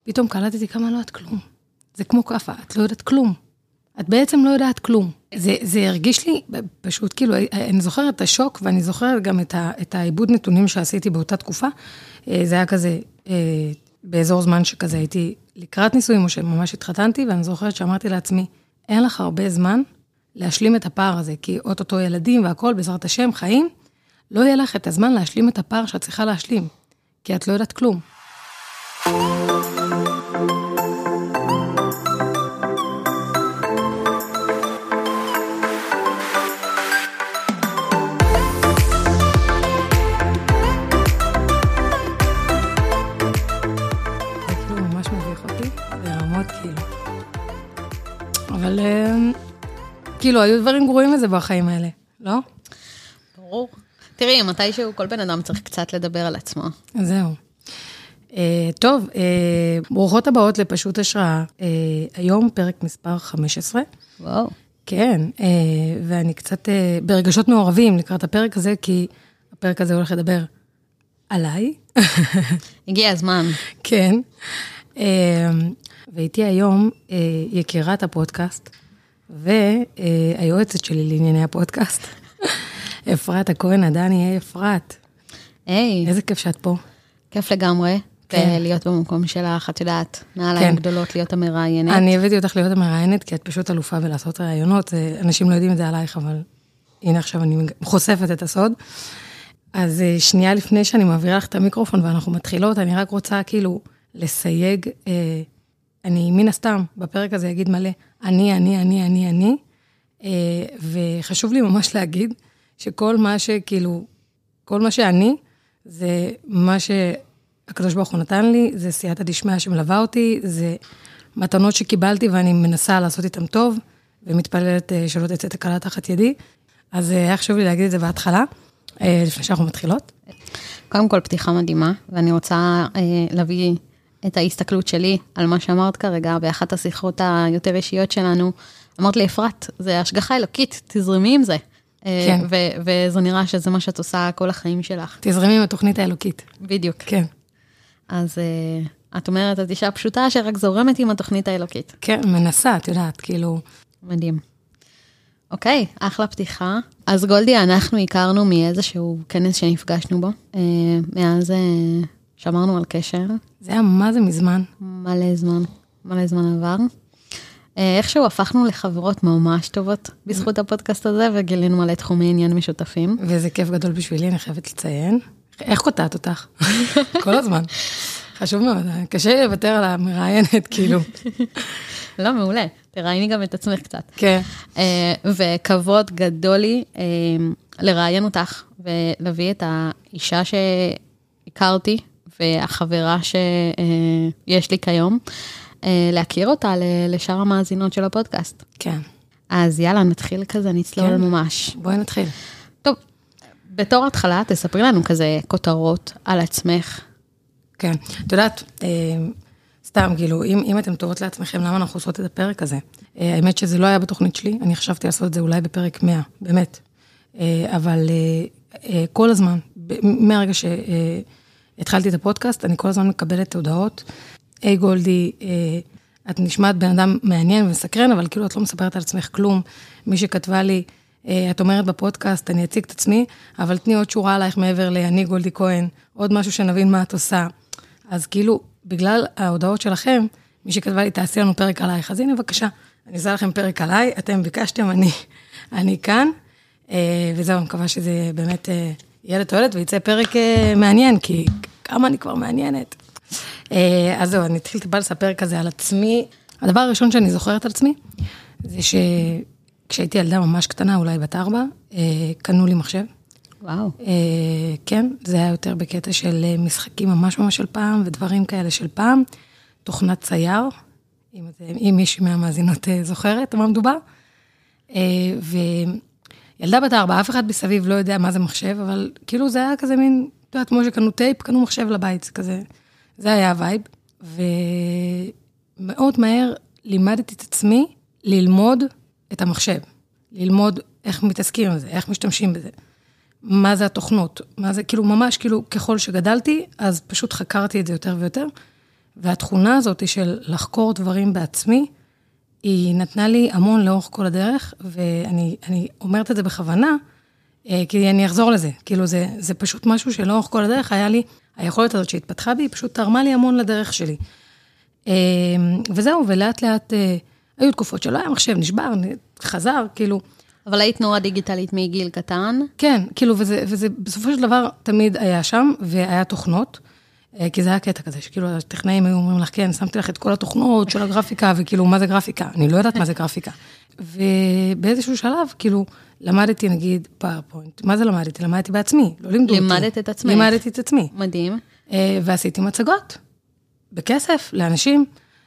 פתאום קלטתי כמה לא יודעת כלום. זה כמו כפה, את לא יודעת כלום. את בעצם לא יודעת כלום. זה הרגיש לי פשוט, כאילו, אני זוכרת את השוק, ואני זוכרת גם את העיבוד נתונים שעשיתי באותה תקופה. זה היה כזה, באזור זמן שכזה הייתי לקראת ניסויים, או שממש התחתנתי, ואני זוכרת שאמרתי לעצמי, אין לך הרבה זמן להשלים את הפער הזה, כי אוטוטו ילדים והכל, בעזרת השם, חיים, לא יהיה לך את הזמן להשלים את הפער שאת צריכה להשלים, כי את לא יודעת כלום. אבל כאילו, היו דברים גרועים לזה בחיים האלה, לא? ברור. תראי, מתישהו כל בן אדם צריך קצת לדבר על עצמו. זהו. טוב, ברוכות הבאות לפשוט השראה. היום פרק מספר 15. וואו. כן, ואני קצת ברגשות מעורבים לקראת הפרק הזה, כי הפרק הזה הולך לדבר עליי. הגיע הזמן. כן. והייתי היום יקירת הפודקאסט, והיועצת שלי לענייני הפודקאסט, אפרת הכהן עדני, היי אפרת. היי. איזה כיף שאת פה. כיף לגמרי, להיות במקום שלך, את יודעת, נעליים גדולות להיות המראיינת. אני הבאתי אותך להיות המראיינת, כי את פשוט אלופה בלעשות ראיונות, אנשים לא יודעים את זה עלייך, אבל הנה עכשיו אני חושפת את הסוד. אז שנייה לפני שאני מעבירה לך את המיקרופון, ואנחנו מתחילות, אני רק רוצה כאילו לסייג, אני מן הסתם בפרק הזה אגיד מלא, אני, וחשוב לי ממש להגיד, שכל מה שכאילו, כל מה שאני, זה מה שהקדוש ברוך הוא נתן לי, זה סייעתא דשמיא שמלווה אותי, זה מתנות שקיבלתי ואני מנסה לעשות איתם טוב, ומתפללת שלא תצא תקלה תחת ידי, אז היה חשוב לי להגיד את זה בהתחלה, לפני שאנחנו מתחילות. קודם כל פתיחה מדהימה, ואני רוצה להביא את ההסתכלות שלי על מה שאמרת כרגע, באחת השיחות היותר אישיות שלנו, אמרת לי, אפרת, זה השגחה אלוקית, תזרמי עם זה. כן. וזה נראה שזה מה שאת עושה כל החיים שלך. תזרמי עם התוכנית האלוקית. בדיוק. כן. אז את אומרת, את אישה פשוטה שרק זורמת עם התוכנית האלוקית. כן, מנסה, את יודעת, כאילו. מדהים. אוקיי, אחלה פתיחה. אז גולדי, אנחנו הכרנו מאיזשהו כנס שנפגשנו בו. מאז שמרנו על קשר. זה היה מה זה מזמן? מלא זמן עבר. איכשהו הפכנו לחברות ממש טובות בזכות הפודקאסט הזה, וגילינו מלא תחומי עניין משותפים. וזה כיף גדול בשבילי, אני חייבת לציין. איך קוטעת אותך? כל הזמן. חשוב מאוד, קשה לי לוותר על המראיינת, כאילו. לא, מעולה. תראייני גם את עצמך קצת. כן. וכבוד גדול לי לראיין אותך, ולהביא את האישה שהכרתי, והחברה שיש לי כיום, להכיר אותה לשאר המאזינות של הפודקאסט. כן. אז יאללה, נתחיל כזה, נצלול ממש. בואי נתחיל. טוב, בתור התחלה, תספרי לנו כזה כותרות על עצמך. כן, את יודעת, סתם, כאילו, אם אתם תורות לעצמכם, למה אנחנו עושות את הפרק הזה? האמת שזה לא היה בתוכנית שלי, אני חשבתי לעשות את זה אולי בפרק 100, באמת. אבל כל הזמן, מהרגע שהתחלתי את הפודקאסט, אני כל הזמן מקבלת הודעות, היי גולדי, את נשמעת בן אדם מעניין ומסקרן, אבל כאילו את לא מספרת על עצמך כלום. מי שכתבה לי, את אומרת בפודקאסט, אני אציג את עצמי, אבל תני עוד שורה עלייך מעבר אני גולדי כהן, עוד משהו שנבין מה את עושה. אז כאילו, בגלל ההודעות שלכם, מי שכתבה לי, תעשי לנו פרק עלייך. אז הנה, בבקשה, אני אעשה לכם פרק עליי, אתם ביקשתם, אני כאן, וזהו, אני מקווה שזה באמת יהיה לתועלת, ויצא פרק מעניין, כי כמה אני כבר מעניינת. אז זהו, אני התחיל טיפה לספר כזה על עצמי. הדבר הראשון שאני זוכרת על עצמי, זה שכשהייתי ילדה ממש קטנה, אולי בת 4, קנו לי מחשב. וואו. כן, זה היה יותר בקטע של משחקים ממש ממש של פעם, ודברים כאלה של פעם. תוכנת צייר, אם מישהי מהמאזינות זוכרת מה מדובר. וילדה בת 4, אף אחד בסביב לא יודע מה זה מחשב, אבל כאילו זה היה כזה מין, אתה יודעת, כמו שקנו טייפ, קנו מחשב לבית, זה כזה. זה היה הווייב, ומאוד מהר לימדתי את עצמי ללמוד את המחשב, ללמוד איך מתעסקים בזה, איך משתמשים בזה, מה זה התוכנות, מה זה, כאילו ממש, כאילו ככל שגדלתי, אז פשוט חקרתי את זה יותר ויותר, והתכונה הזאת של לחקור דברים בעצמי, היא נתנה לי המון לאורך כל הדרך, ואני אומרת את זה בכוונה, כי אני אחזור לזה. כאילו, זה פשוט משהו שלאורך כל הדרך היה לי, היכולת הזאת שהתפתחה בי, פשוט תרמה לי המון לדרך שלי. וזהו, ולאט לאט היו תקופות שלא היה מחשב, נשבר, חזר, כאילו. אבל היית נורא דיגיטלית מגיל קטן? כן, כאילו, וזה בסופו של דבר תמיד היה שם, והיה תוכנות, כי זה היה קטע כזה, שכאילו הטכנאים היו אומרים לך, כן, שמתי לך את כל התוכנות של הגרפיקה, וכאילו, מה זה גרפיקה? אני לא יודעת מה זה גרפיקה. ובאיזשהו שלב, כאילו, למדתי, נגיד, פאורפוינט. מה זה למדתי? למדתי בעצמי, לא לימדו אותי. לימדת את עצמך? לימדתי את עצמי. מדהים. ועשיתי מצגות, בכסף, לאנשים,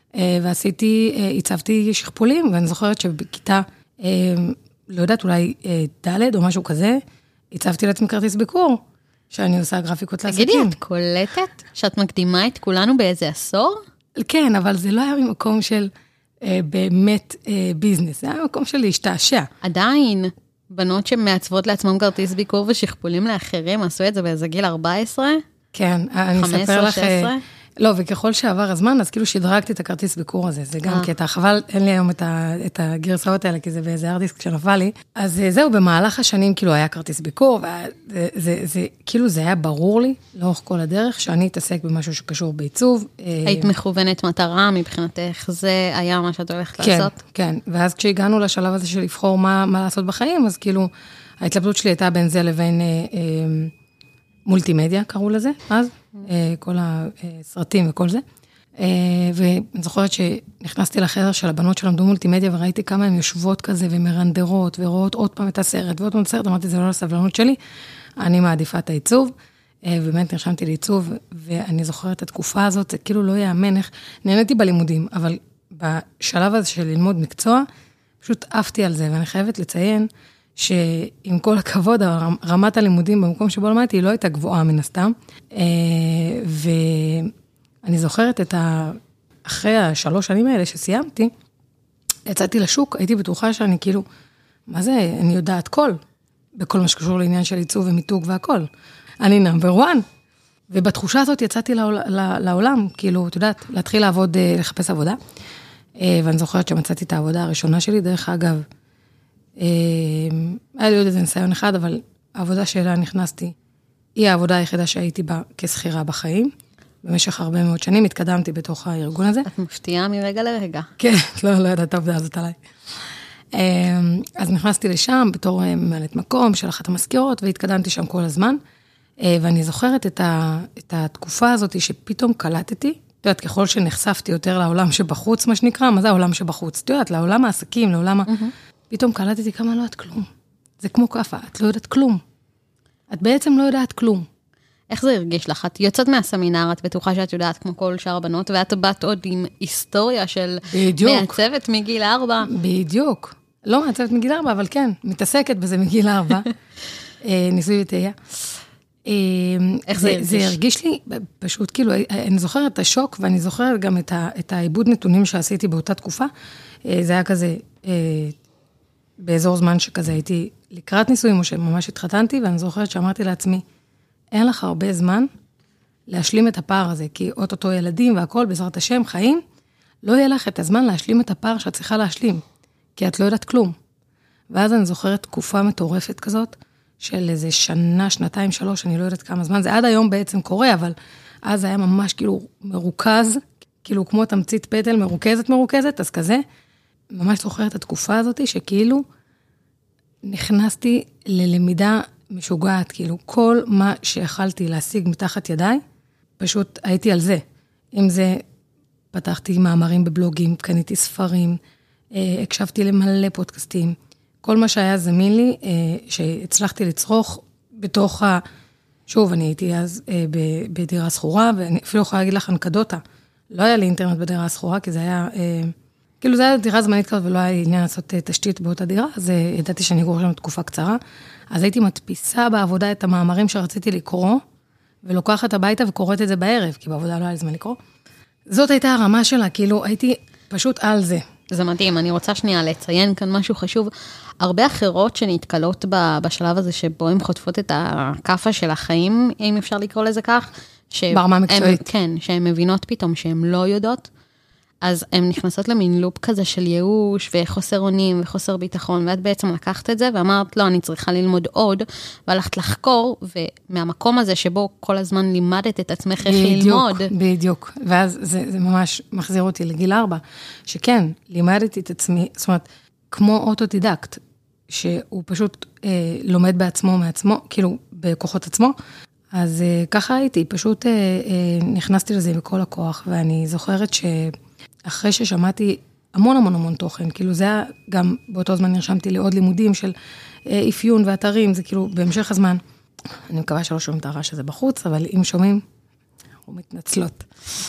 הצבתי שכפולים, ואני זוכרת שבכיתה, לא יודעת, אולי ד' או משהו כזה, הצבתי לעצמי כרטיס ביקור, שאני עושה גרפיקות לעסקים. תגידי, את קולטת שאת מקדימה את כולנו באיזה עשור? כן, אבל זה לא היה ממקום של באמת ביזנס, זה היה מקום של להשתעשע. עדיין, בנות שמעצבות לעצמם כרטיס ביקור ושכפולים לאחרים, עשו את זה באיזה גיל 14? כן, אני אספר לך... 15-16? לא, וככל שעבר הזמן, אז כאילו שדרגתי את הכרטיס ביקור הזה, זה גם קטע, חבל, אין לי היום את הגרסאות האלה, כי זה באיזה ארדיסק שנפל לי. אז זהו, במהלך השנים כאילו היה כרטיס ביקור, כאילו זה היה ברור לי, לאורך כל הדרך, שאני אתעסק במשהו שקשור בעיצוב. היית מכוונת מטרה מבחינתך, זה היה מה שאת הולכת לעשות? כן, ואז כשהגענו לשלב הזה של לבחור מה לעשות בחיים, אז כאילו, ההתלבטות שלי הייתה בין זה לבין מולטימדיה, קראו לזה, אז. כל הסרטים וכל זה. ואני זוכרת שנכנסתי לחדר של הבנות שלמדו מולטימדיה, וראיתי כמה הן יושבות כזה ומרנדרות, ורואות עוד פעם את הסרט, ועוד פעם את הסרט, אמרתי, זה לא לסבלנות שלי, אני מעדיפה את העיצוב, ובאמת נרשמתי לעיצוב, ואני זוכרת את התקופה הזאת, זה כאילו לא יאמן איך, נהניתי בלימודים, אבל בשלב הזה של ללמוד מקצוע, פשוט עפתי על זה, ואני חייבת לציין, שעם כל הכבוד, רמת הלימודים במקום שבו למדתי, היא לא הייתה גבוהה מן הסתם, ואני זוכרת אחרי 3 שנים האלה שסיימתי, יצאתי לשוק, הייתי בטוחה שאני כאילו, מה זה, אני יודעת בכל מה שקשור לעניין של עיצוב ומיתוג והכל, אני נאמבר 1, ובתחושה הזאת יצאתי לעולם, כאילו, את יודעת, להתחיל לעבוד, לחפש עבודה, ואני זוכרת שמצאתי את העבודה הראשונה שלי, דרך אגב, היה לי עוד איזה ניסיון אחד, אבל העבודה שאליה נכנסתי, היא העבודה היחידה שהייתי בה כסחירה בחיים, במשך הרבה מאוד שנים, התקדמתי בתוך הארגון הזה. את מפתיעה מרגע לרגע. כן, לא יודעת את העבודה הזאת עליי. אז נכנסתי לשם בתור ממלאת מקום של אחת המזכירות, והתקדמתי שם כל הזמן, ואני זוכרת את התקופה הזאת שפתאום קלטתי, את יודעת, ככל שנחשפתי יותר לעולם שבחוץ, מה שנקרא, מה זה העולם שבחוץ? את יודעת, לעולם העסקים, לעולם פתאום קלטתי כמה לא יודעת כלום. זה כמו כפה, את לא יודעת כלום. את בעצם לא יודעת כלום. איך זה הרגיש לך? את יוצאת מהסמינר, את בטוחה שאת יודעת כמו כל שאר הבנות, ואת באת עוד עם היסטוריה של מעצבת מגיל 4. בדיוק. לא מעצבת מגיל 4, אבל כן, מתעסקת בזה מגיל 4. ניסוי וטעייה. איך זה הרגיש? זה הרגיש לי פשוט, כאילו, אני זוכרת את השוק, ואני זוכרת גם את העיבוד נתונים שעשיתי באותה תקופה. זה היה כזה... באזור זמן שכזה הייתי לקראת נישואים, או שממש התחתנתי, ואני זוכרת שאמרתי לעצמי, אין לך הרבה זמן להשלים את הפער הזה, כי אוטוטו ילדים והכל, בעזרת השם, חיים, לא יהיה לך את הזמן להשלים את הפער שאת צריכה להשלים, כי את לא יודעת כלום. ואז אני זוכרת תקופה מטורפת כזאת, של איזה שנה, 2, 3, אני לא יודעת כמה זמן, זה עד היום בעצם קורה, אבל אז זה היה ממש כאילו מרוכז, כאילו כמו תמצית פטל מרוכזת, אז כזה, ממש זוכרת את התקופה הזאת, שכאילו נכנסתי ללמידה משוגעת, כאילו כל מה שיכלתי להשיג מתחת ידיי, פשוט הייתי על זה. אם זה, פתחתי מאמרים בבלוגים, קניתי ספרים, הקשבתי למלא פודקאסטים, כל מה שהיה זמין לי, שהצלחתי לצרוך בתוך שוב, אני הייתי אז בדירה סחורה, ואני אפילו יכולה להגיד לך אנקדוטה, לא היה לי אינטרנט בדירה הסחורה, כי זה היה... כאילו זה היה דירה זמנית כזאת, ולא היה עניין לעשות תשתית באותה דירה, אז ידעתי שאני אגור שם תקופה קצרה, אז הייתי מדפיסה בעבודה את המאמרים שרציתי לקרוא, ולוקחת הביתה וקוראת את זה בערב, כי בעבודה לא היה לי זמן לקרוא. זאת הייתה הרמה שלה, כאילו הייתי פשוט על זה. זה מדהים, אני רוצה שנייה לציין כאן משהו חשוב. הרבה אחרות שנתקלות בשלב הזה, שבו הן חוטפות את הקפה של החיים, אם אפשר לקרוא לזה כך, ברמה מקצועית. כן, שהן מבינות פתאום שהן לא יודעות, אז הן נכנסות למין לופ כזה של ייאוש, וחוסר אונים, וחוסר ביטחון, ואת בעצם לקחת את זה, ואמרת, לא, אני צריכה ללמוד עוד, והלכת לחקור, ומהמקום הזה שבו כל הזמן לימדת את עצמך איך ללמוד. בדיוק, ואז זה ממש מחזיר אותי לגיל 4, שכן, לימדתי את עצמי, זאת אומרת, כמו אוטודידקט, שהוא פשוט לומד בעצמו, מעצמו, כאילו, בכוחות עצמו, אז ככה הייתי, פשוט נכנסתי לזה בכל הכוח, ואני זוכרת שאחרי ששמעתי המון תוכן, כאילו זה היה, גם באותו זמן נרשמתי לעוד לימודים של אפיון ואתרים, זה כאילו בהמשך הזמן, אני מקווה שלא שומעים את הרעש הזה בחוץ, אבל אם שומעים, אנחנו מתנצלות.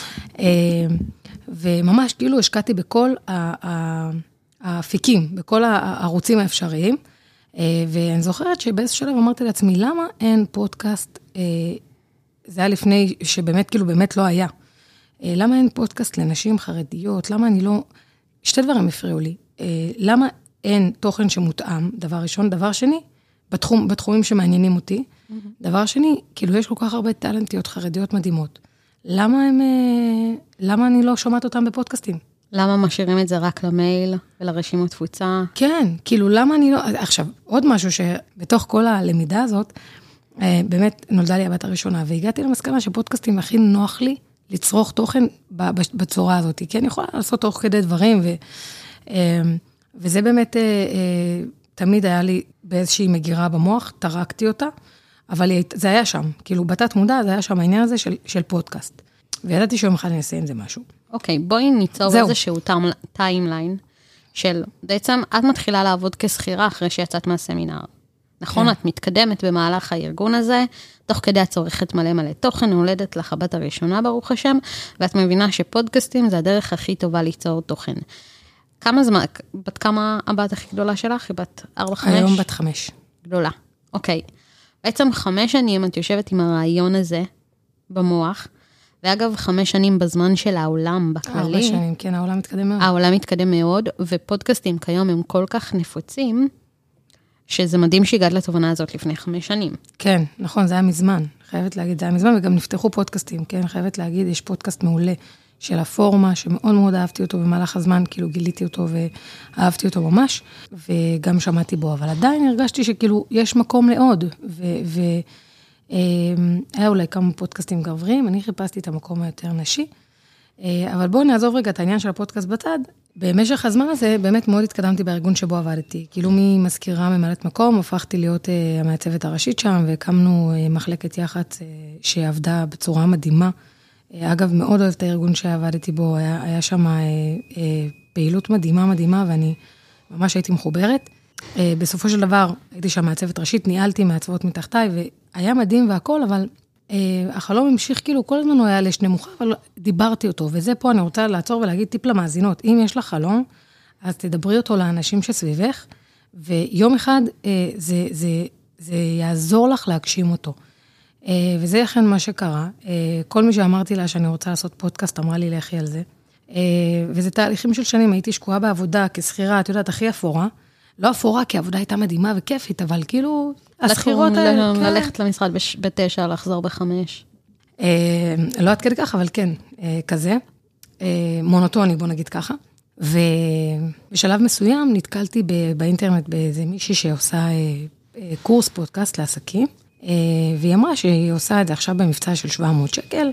וממש כאילו השקעתי בכל האפיקים, בכל הערוצים האפשריים, ואני זוכרת שבאיזשהו שלב אמרתי לעצמי, למה אין פודקאסט, זה היה לפני שבאמת כאילו באמת לא היה, למה אין פודקאסט לנשים חרדיות, למה אני לא, שתי דברים הפריעו לי, למה אין תוכן שמותאם, דבר ראשון, דבר שני, בתחומים שמעניינים אותי, דבר שני, כאילו יש כל כך הרבה טלנטיות חרדיות מדהימות, למה אני לא שומעת אותם בפודקאסטים? למה משאירים את זה רק למייל ולרשימות תפוצה? כן, כאילו למה אני לא... עכשיו, עוד משהו שבתוך כל הלמידה הזאת, באמת נולדה לי הבת הראשונה, והגעתי למסקנה שפודקאסטים הכי נוח לי לצרוך תוכן בצורה הזאת, כי אני יכולה לעשות תוך כדי דברים, וזה באמת תמיד היה לי באיזושהי מגירה במוח, טרקתי אותה, אבל זה היה שם, כאילו בתת מודע, זה היה שם העניין הזה של פודקאסט, וידעתי שיום אחד אני אעשה עם זה משהו. אוקיי, בואי ניצור איזשהו טיימליין של, בעצם את מתחילה לעבוד כשכירה אחרי שיצאת מהסמינר. נכון, את מתקדמת במהלך הארגון הזה, תוך כדי את צורכת מלא תוכן, נולדת לך הבת הראשונה ברוך השם, ואת מבינה שפודקאסטים זה הדרך הכי טובה ליצור תוכן. כמה זמן, בת כמה הבת הכי גדולה שלך? היא בת 4-5? היום בת 5. גדולה, אוקיי. בעצם 5 שנים את יושבת עם הרעיון הזה במוח, ואגב, 5 שנים בזמן של העולם בכללי. 4 שנים, כן, העולם מתקדם מאוד. העולם מתקדם מאוד, ופודקאסטים כיום הם כל כך נפוצים, שזה מדהים שהגעת לתובנה הזאת לפני 5 שנים. כן, נכון, זה היה מזמן. חייבת להגיד, זה היה מזמן, וגם נפתחו פודקאסטים, כן, חייבת להגיד, יש פודקאסט מעולה של הפורמה, שמאוד מאוד אהבתי אותו במהלך הזמן, כאילו גיליתי אותו ואהבתי אותו ממש, וגם שמעתי בו, אבל עדיין הרגשתי שכאילו יש מקום לעוד, היה אולי כמה פודקאסטים גברים, אני חיפשתי את המקום היותר נשי, אבל בואו נעזוב רגע את העניין של הפודקאסט בצד, במשך הזמן הזה באמת מאוד התקדמתי בארגון שבו עבדתי, כאילו ממזכירה ממלאת מקום, הפכתי להיות המעצבת הראשית שם, והקמנו מחלקת יח"צ שעבדה בצורה מדהימה, אגב מאוד אוהבת את הארגון שעבדתי בו, היה שם פעילות מדהימה, ואני ממש הייתי מחוברת, בסופו של דבר הייתי שם מעצבת ראשית, ניהלתי מעצבות מתחתיי, והיה מדהים והכל, אבל החלום המשיך כאילו, כל הזמן הוא היה לשני מוחה, אבל דיברתי אותו, וזה פה אני רוצה לעצור ולהגיד טיפ למאזינות, אם יש לך חלום, אז תדברי אותו לאנשים שסביבך, ויום אחד זה יעזור לך להגשים אותו. וזה אכן מה שקרה, כל מי שאמרתי לה שאני רוצה לעשות פודקאסט, אמרה לי לכי על זה, וזה תהליכים של שנים, הייתי שקועה בעבודה כסחירה, את יודעת, הכי אפורה, לא אפורה, כי העבודה הייתה מדהימה וכיפית, אבל כאילו, הסחירות האלה... ללכת למשרד ב9, לחזור ב5. לא עד כדי כך, אבל כן, כזה. מונוטוני, בוא נגיד ככה. ובשלב מסוים נתקלתי באינטרנט באיזה מישהי שעושה קורס פודקאסט לעסקים, והיא אמרה שהיא עושה את זה עכשיו במבצע של 700 שקל,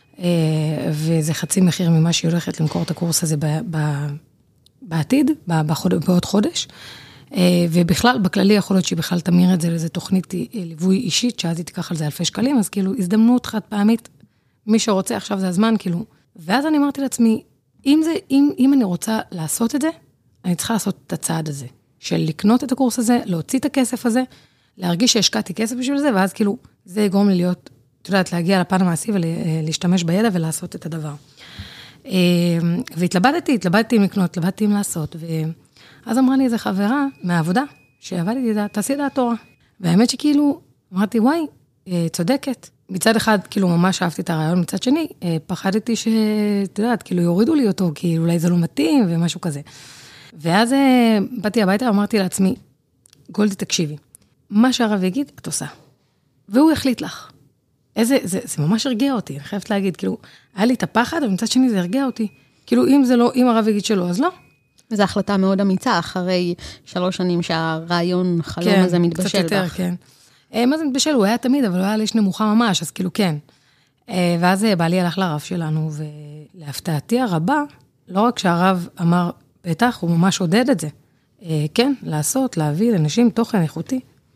וזה חצי מחיר ממה שהיא הולכת למכור את הקורס הזה בעתיד, בעוד חודש, ובכלל, בכללי יכול להיות שהיא בכלל תמיר את זה לאיזו תוכנית ליווי אישית, שאז היא תיקח על זה אלפי שקלים, אז כאילו הזדמנות חד פעמית, מי שרוצה עכשיו זה הזמן, כאילו, ואז אני אמרתי לעצמי, אם אני רוצה לעשות את זה, אני צריכה לעשות את הצעד הזה, של לקנות את הקורס הזה, להוציא את הכסף הזה, להרגיש שהשקעתי כסף בשביל זה, ואז כאילו, זה יגרום לי להיות, את יודעת, להגיע לפן המעשי ולהשתמש בידע ולעשות את הדבר. והתלבטתי אם לקנות, התלבטתי אם לעשות, ואז אמרה לי איזו חברה מהעבודה, שעבדתי איתה, תעשי דעת תורה. והאמת שכאילו, אמרתי, וואי, צודקת. מצד אחד, כאילו, ממש אהבתי את הרעיון, מצד שני, פחדתי שאת יודעת, כאילו, יורידו לי אותו, כי אולי זה לא מתאים, ומשהו כזה. ואז באתי הביתה, אמרתי לעצמי, גולדי, תקשיבי, מה שהרב יגיד, את עושה. והוא יחליט לך. זה ממש הרגיע אותי, אני חייבת להגיד, כאילו, היה לי את הפחד, אבל מצד שני זה הרגיע אותי. כאילו, אם הרב יגיד שלא, אז לא. וזו החלטה מאוד אמיצה, אחרי 3 שנים שהרעיון, חלום הזה מתבשל קצת יותר, בך. כן. מה זה מתבשל? הוא היה תמיד, אבל הוא היה לאיש נמוכה ממש, אז כאילו כן. ואז בעלי הלך לרב שלנו, ולהפתעתי הרבה, לא רק שהרב אמר, בטח, הוא ממש עודד את זה. כן, לעשות, להביא לנשים תוכן איכותי.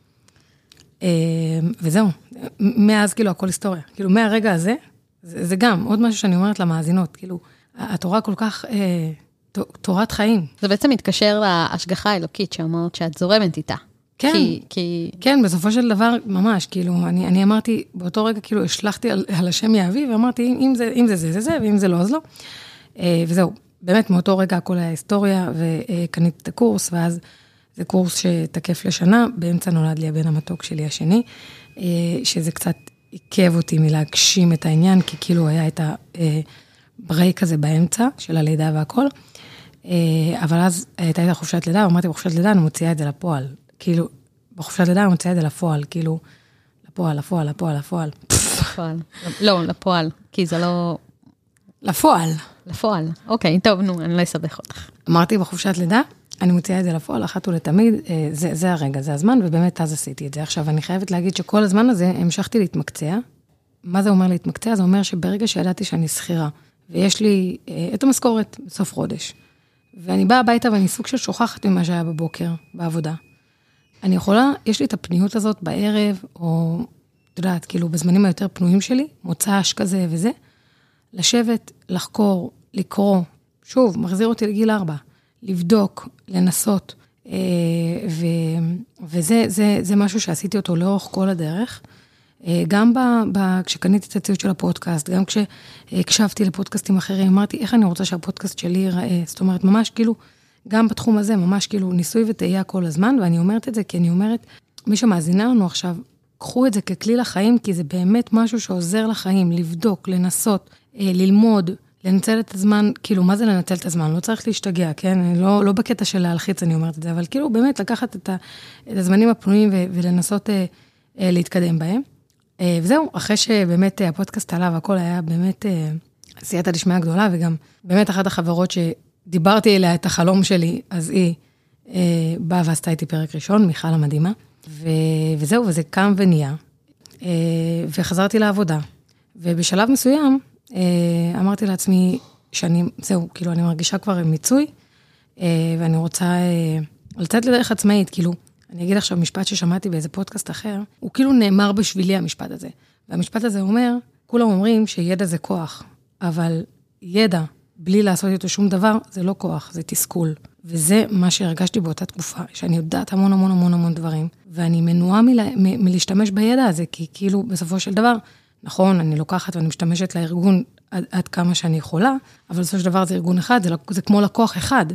וזהו. מאז כאילו הכל היסטוריה. כאילו מהרגע הזה, זה גם עוד משהו שאני אומרת למאזינות, כאילו, התורה כל כך תורת חיים. זה בעצם מתקשר להשגחה האלוקית שאמרת שאת זורמת איתה. כן, כן, בסופו של דבר, ממש, כאילו, אני אמרתי, באותו רגע, כאילו, השלחתי על השם יאבי, ואמרתי, אם זה, ואם זה לא, אז לא. וזהו, באמת, מאותו רגע, הכל היה היסטוריה, וקניתי את הקורס, ואז זה קורס שתקף לשנה, באמצע נולד לי הבן המתוק שלי השני, שזה קצת עיכב אותי מלהגשים את העניין, כי כאילו היה את הברייק הזה באמצע, של הלידה והכל, אבל אז הייתה חופשת לידה, ואמרתי, בחופשת לידה אני מוציאה את זה לפועל, כאילו, בחופשת לידה אני מוציאה את זה לפועל, כאילו, לפועל. לא, לפועל, כי זה לא... לפועל, אוקיי, טוב, נו, אני לא אסבך אותך. אמרתי בחופשת לידה, אני מוציאה את זה לפועל, אחת ולתמיד, זה הרגע, זה הזמן, ובאמת אז עשיתי את זה. עכשיו, אני חייבת להגיד שכל הזמן הזה המשכתי להתמקצע. מה זה אומר להתמקצע? זה אומר שברגע שידעתי שאני שכירה, ויש לי את המשכורת בסוף חודש, ואני באה הביתה ואני סוג של שוכחת ממה שהיה בבוקר, בעבודה. אני יכולה, יש לי את הפניות הזאת בערב, או, אתה יודעת, כאילו, בזמנים היותר פנויים שלי, מוצאש כזה וזה, לשבת, לחקור, לקרוא, שוב, מחזיר אותי לגיל 4, לבדוק, לנסות, וזה משהו שעשיתי אותו לאורך כל הדרך, גם כשקניתי את הציוד של הפודקאסט, גם כשהקשבתי לפודקאסטים אחרים, אמרתי, איך אני רוצה שהפודקאסט שלי ייראה, זאת אומרת, ממש כאילו, גם בתחום הזה, ממש כאילו, ניסוי וטעייה כל הזמן, ואני אומרת את זה, כי אני אומרת, מי שמאזינה לנו עכשיו, קחו את זה ככלי לחיים, כי זה באמת משהו שעוזר לחיים, לבדוק, לנסות, ללמוד, לנצל את הזמן, כאילו, מה זה לנצל את הזמן? לא צריך להשתגע, כן? לא בקטע של להלחיץ, אני אומרת את זה, אבל כאילו, באמת לקחת את הזמנים הפנויים ולנסות להתקדם בהם. וזהו, אחרי שבאמת הפודקאסט עלה והכל היה באמת עשייתא דשמיא גדולה, וגם באמת אחת החברות שדיברתי אליה את החלום שלי, אז היא באה ועשתה איתי פרק ראשון, מיכל המדהימה, וזהו, וזה קם ונהיה, וחזרתי לעבודה, ובשלב מסוים אמרתי לעצמי זהו, כאילו אני מרגישה כבר מיצוי, ואני רוצה לצאת לדרך עצמאית, כאילו, אני אגיד עכשיו משפט ששמעתי באיזה פודקאסט אחר, הוא כאילו נאמר בשבילי המשפט הזה. והמשפט הזה אומר, כולם אומרים שידע זה כוח, אבל ידע בלי לעשות איתו שום דבר, זה לא כוח, זה תסכול. וזה מה שהרגשתי באותה תקופה, שאני יודעת המון המון המון המון דברים, ואני מנועה מלהשתמש בידע הזה, כי כאילו בסופו של דבר, נכון, אני לוקחת ואני משתמשת לארגון עד כמה שאני יכולה, אבל בסופו של דבר זה ארגון אחד, זה כמו לקוח אחד,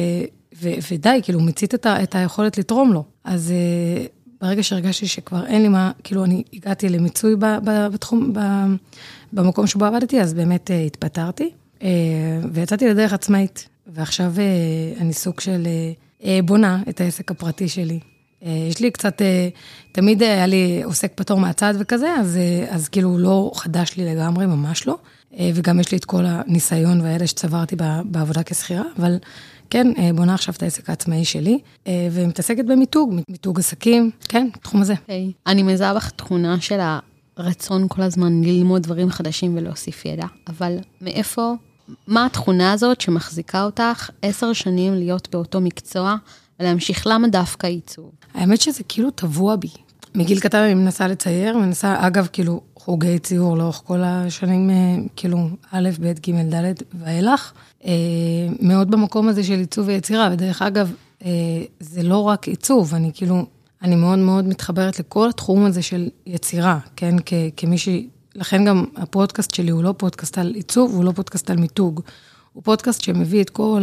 ודי, כאילו, מצית את היכולת לתרום לו. אז ברגע שהרגשתי שכבר אין לי מה, כאילו, אני הגעתי למיצוי בתחום, במקום שבו עבדתי, אז באמת התפטרתי, ויצאתי לדרך עצמאית, ועכשיו אני סוג של בונה את העסק הפרטי שלי. יש לי קצת, תמיד היה לי עוסק פטור מהצד וכזה, אז כאילו לא חדש לי לגמרי, ממש לא, וגם יש לי את כל הניסיון והידע שצברתי בעבודה כשכירה, אבל כן, בונה עכשיו את העסק העצמאי שלי, ומתעסקת מיתוג עסקים, כן, תחום הזה. אני מזהה בך תכונה של הרצון כל הזמן ללמוד דברים חדשים ולהוסיף ידע, אבל מאיפה, מה התכונה הזאת שמחזיקה אותך 10 שנים להיות באותו מקצוע, ולהמשיך למה דווקא עיצוב? האמת שזה כאילו טבוע בי. מגיל קטן אני מנסה לצייר, אגב, כאילו, חוגי ציור לאורך כל השנים, כאילו, א', ב', ג', ד' ואילך, מאוד במקום הזה של עיצוב ויצירה, ודרך אגב, זה לא רק עיצוב, אני מאוד מאוד מתחברת לכל התחום הזה של יצירה, כן, כמישהי, לכן גם הפודקאסט שלי הוא לא פודקאסט על עיצוב, הוא לא פודקאסט על מיתוג, הוא פודקאסט שמביא את כל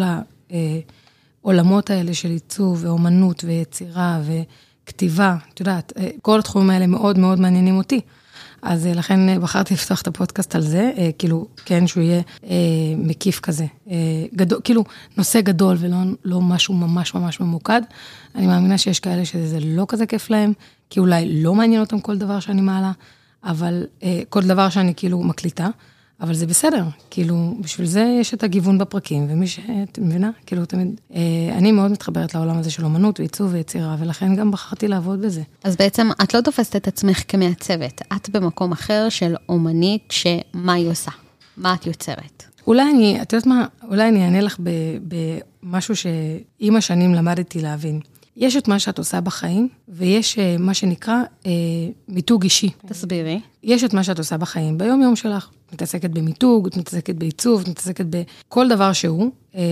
העולמות האלה של עיצוב ואומנות ויצירה וכתיבה, את יודעת, כל התחומים האלה מאוד מאוד מעניינים אותי, אז לכן בחרתי לפתוח את הפודקאסט על זה, כאילו, כן, שהוא יהיה מקיף כזה, גדול, כאילו, נושא גדול ולא משהו ממש ממש ממוקד. אני מאמינה שיש כאלה שזה לא כזה כיף להם, כי אולי לא מעניין אותם כל דבר שאני מעלה, אבל כל דבר שאני כאילו מקליטה, אבל זה בסדר, כאילו, בשביל זה יש את הגיוון בפרקים, ומי שאת מבינה, כאילו, תמיד, אני מאוד מתחברת לעולם הזה של אומנות, ועיצוב ויצירה, ולכן גם בחרתי לעבוד בזה. אז בעצם, את לא תופסת את עצמך כמעצבת, את במקום אחר של אומנית, שמה היא עושה? מה את יוצרת? את יודעת מה, אולי אני אענה לך במשהו שעם השנים למדתי להבין. יש את מה שאת עושה בחיים, ויש מה שנקרא מיתוג אישי. תסבירי. יש את מה שאת עושה בחיים, ביום יום שלך. מתעסקת במיתוג, מתעסקת בעיצוב, מתעסקת בכל דבר שהוא,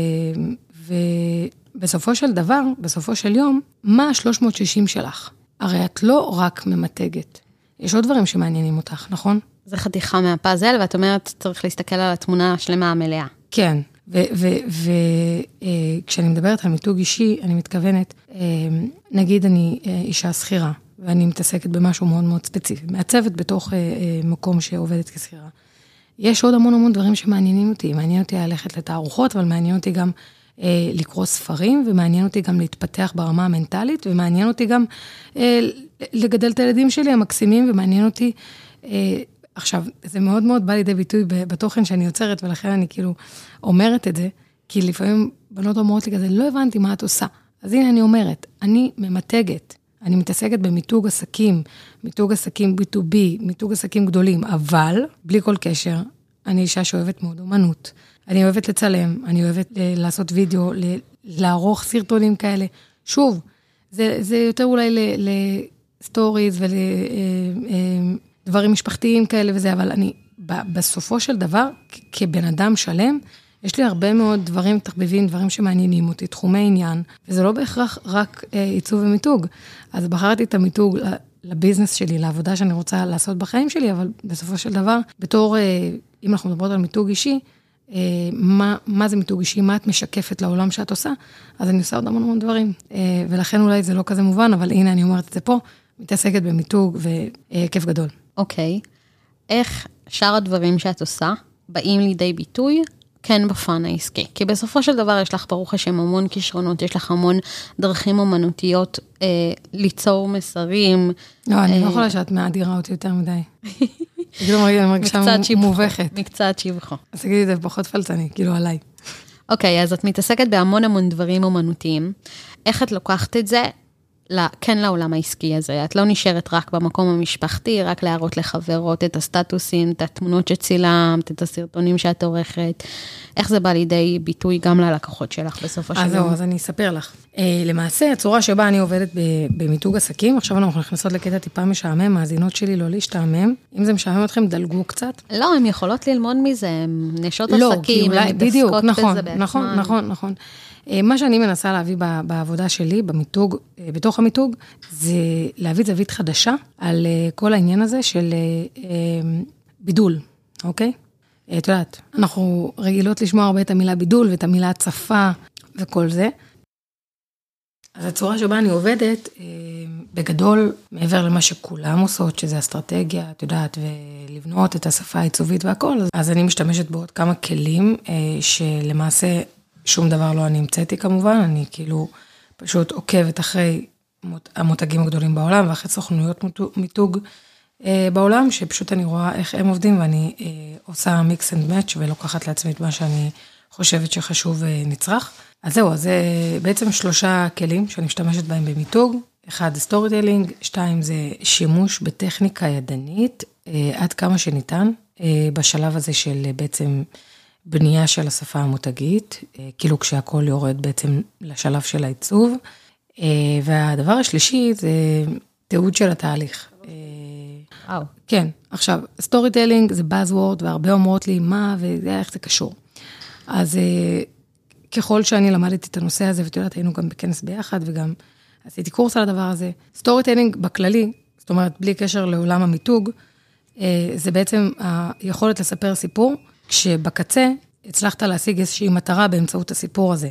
ובסופו של דבר, בסופו של יום, מה 360 שלך? הרי את לא רק ממתגת. יש עוד דברים שמעניינים אותך, נכון? זה חתיכה מהפאזל, ואת אומרת, צריך להסתכל על התמונה השלמה המלאה. כן, וכשאני מדברת על מיתוג אישי, אני מתכוונת, נגיד אני אישה שכירה, ואני מתעסקת במשהו מאוד מאוד ספציפי, מעצבת בתוך מקום שעובדת כשכירה. יש עוד המון דברים שמעניינים אותי, מעניין אותי ללכת לתערוכות, אבל מעניין אותי גם לקרוא ספרים, ומעניין אותי גם להתפתח ברמה המנטלית, ומעניין אותי גם לגדל את הילדים שלי המקסימים, ומעניין אותי, עכשיו, זה מאוד מאוד בא לידי ביטוי בתוכן שאני יוצרת, ולכן אני כאילו אומרת את זה, כי לפעמים בנות אומרות לי כזה, לא הבנתי מה את עושה. אז הנה אני אומרת, אני ממתגת, אני מתעסקת במיתוג עסקים, מיתוג עסקים B2B, מיתוג עסקים גדולים, אבל, בלי כל קשר, אני אישה שאוהבת מאוד אומנות. אני אוהבת לצלם, אני אוהבת לעשות וידאו, לערוך סרטונים כאלה. שוב, זה יותר אולי לסטוריז דברים משפחתיים כאלה וזה, אבל אני, בסופו של דבר, כבן אדם שלם, יש לי הרבה מאוד דברים תחביבים, דברים שמעניינים אותי, תחומי עניין, וזה לא בהכרח רק עיצוב ומיתוג. אז בחרתי את המיתוג לביזנס שלי, לעבודה שאני רוצה לעשות בחיים שלי, אבל בסופו של דבר, בתור, אם אנחנו מדברות על מיתוג אישי, מה זה מיתוג אישי, מה את משקפת לעולם שאת עושה, אז אני עושה עוד המון דברים, ולכן אולי זה לא כזה מובן, אבל הנה אני אומרת את זה פה, מתעסקת במיתוג וכיף גדול. אוקיי. איך שאר הדברים שאת עושה באים לידי ביטוי כן בפן העסקי? כי בסופו של דבר יש לך ברוך השם המון כישרונות, יש לך המון דרכים אומנותיות ליצור מסרים. לא, אני לא יכולה שאת מאדירה אותי יותר מדי. אני מרגישה מובכת. מקצת שבחו. אז תגידי את זה פחות פלצני, כאילו עליי. אוקיי, אז את מתעסקת בהמון דברים אומנותיים. איך את לוקחת את זה? כן לעולם העסקי הזה, את לא נשארת רק במקום המשפחתי, רק להראות לחברות את הסטטוסים, את התמונות שצילמת, את הסרטונים שאת עורכת, איך זה בא לידי ביטוי גם ללקוחות שלך בסופו של יום? אז אני אספר לך. למעשה, הצורה שבה אני עובדת במיתוג עסקים, עכשיו אנחנו נכנסות לקטע טיפה משעמם, מאזינות שלי לא להשתעמם, אם זה משעמם אתכם, דלגו קצת. לא, הן יכולות ללמוד מזה, הן נשות עסקים, הן מתעסקות בזה בעצמן. נכון. מה שאני מנסה להביא בעבודה שלי, במיתוג, בתוך המיתוג, זה להביא זווית חדשה על כל העניין הזה של בידול, אוקיי? את יודעת, אנחנו רגילות לשמוע הרבה את המילה בידול ואת המילה הצפה וכל זה. אז הצורה שבה אני עובדת, בגדול, מעבר למה שכולם עושות, שזה אסטרטגיה, את יודעת, ולבנות את השפה העיצובית והכל, אז אני משתמשת בעוד כמה כלים שלמעשה שום דבר לא אני המצאתי כמובן, אני כאילו פשוט עוקבת אחרי המותגים הגדולים בעולם, ואחרי סוכנויות מיתוג בעולם, שפשוט אני רואה איך הם עובדים, ואני עושה מיקס אנד מאץ' ולוקחת לעצמי את מה שאני חושבת שחשוב ונצרך. אז זהו, אז זה בעצם 3 כלים שאני משתמשת בהם במיתוג. 1 זה סטורי טיילינג, 2 זה שימוש בטכניקה ידנית, עד כמה שניתן, בשלב הזה של בעצם בנייה של השפה המותגית, כאילו כשהכל יורד בעצם לשלב של העיצוב, והדבר השלישי זה תיעוד של התהליך. כן, עכשיו, סטורי טיילינג זה buzzword, והרבה אומרות לי מה ואיך זה קשור. אז ככל שאני למדתי את הנושא הזה, ואת יודעת, היינו גם בכנס ביחד, וגם עשיתי קורס על הדבר הזה, סטורי טיילינג בכללי, זאת אומרת, בלי קשר לעולם המיתוג, זה בעצם היכולת לספר סיפור, כשבקצה הצלחת להשיג איזושהי מטרה באמצעות הסיפור הזה.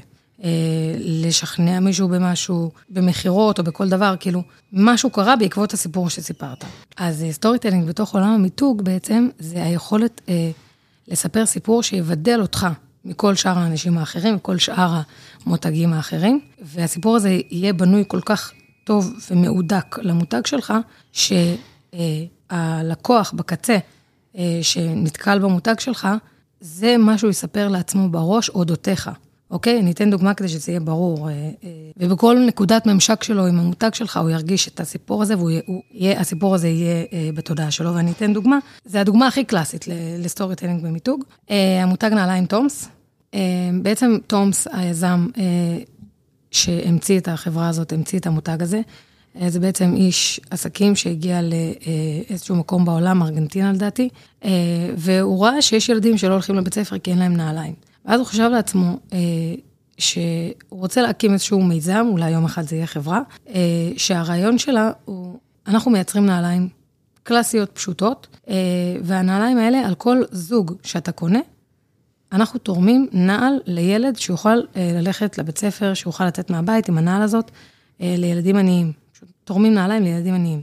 לשכנע מישהו במשהו, במחירות או בכל דבר, כאילו, משהו קרה בעקבות הסיפור שסיפרת. אז סטורי טיילינג בתוך עולם המיתוג בעצם, זה היכולת לספר סיפור שיבדל אותך מכל שאר האנשים האחרים, מכל שאר המותגים האחרים, והסיפור הזה יהיה בנוי כל כך טוב ומעודק למותג שלך, הלקוח בקצה, שנתקל במותג שלך, זה מה שהוא יספר לעצמו בראש אודותיך. אוקיי? אני אתן דוגמה כדי שזה יהיה ברור. ובכל נקודת ממשק שלו עם המותג שלך, הוא ירגיש את הסיפור הזה, והסיפור הזה יהיה בתודעה שלו. ואני אתן דוגמה, זה הדוגמה הכי קלאסית לסטורי טיילינג במיתוג. המותג נעליים תומס. בעצם תומס, היזם שהמציא את החברה הזאת, המציא את המותג הזה. זה בעצם איש עסקים שהגיע לאיזשהו מקום בעולם, ארגנטינה לדעתי, והוא ראה שיש ילדים שלא הולכים לבית ספר כי אין להם נעליים. ואז הוא חשב לעצמו שהוא רוצה להקים איזשהו מיזם, אולי יום אחד זה יהיה חברה, שהרעיון שלה הוא, אנחנו מייצרים נעליים קלאסיות פשוטות, והנעליים האלה על כל זוג שאתה קונה, אנחנו תורמים נעל לילד שיוכל ללכת לבית ספר, שיוכל לצאת מהבית עם הנעל הזאת לילדים עניים. תורמים נעליים לילדים עניים.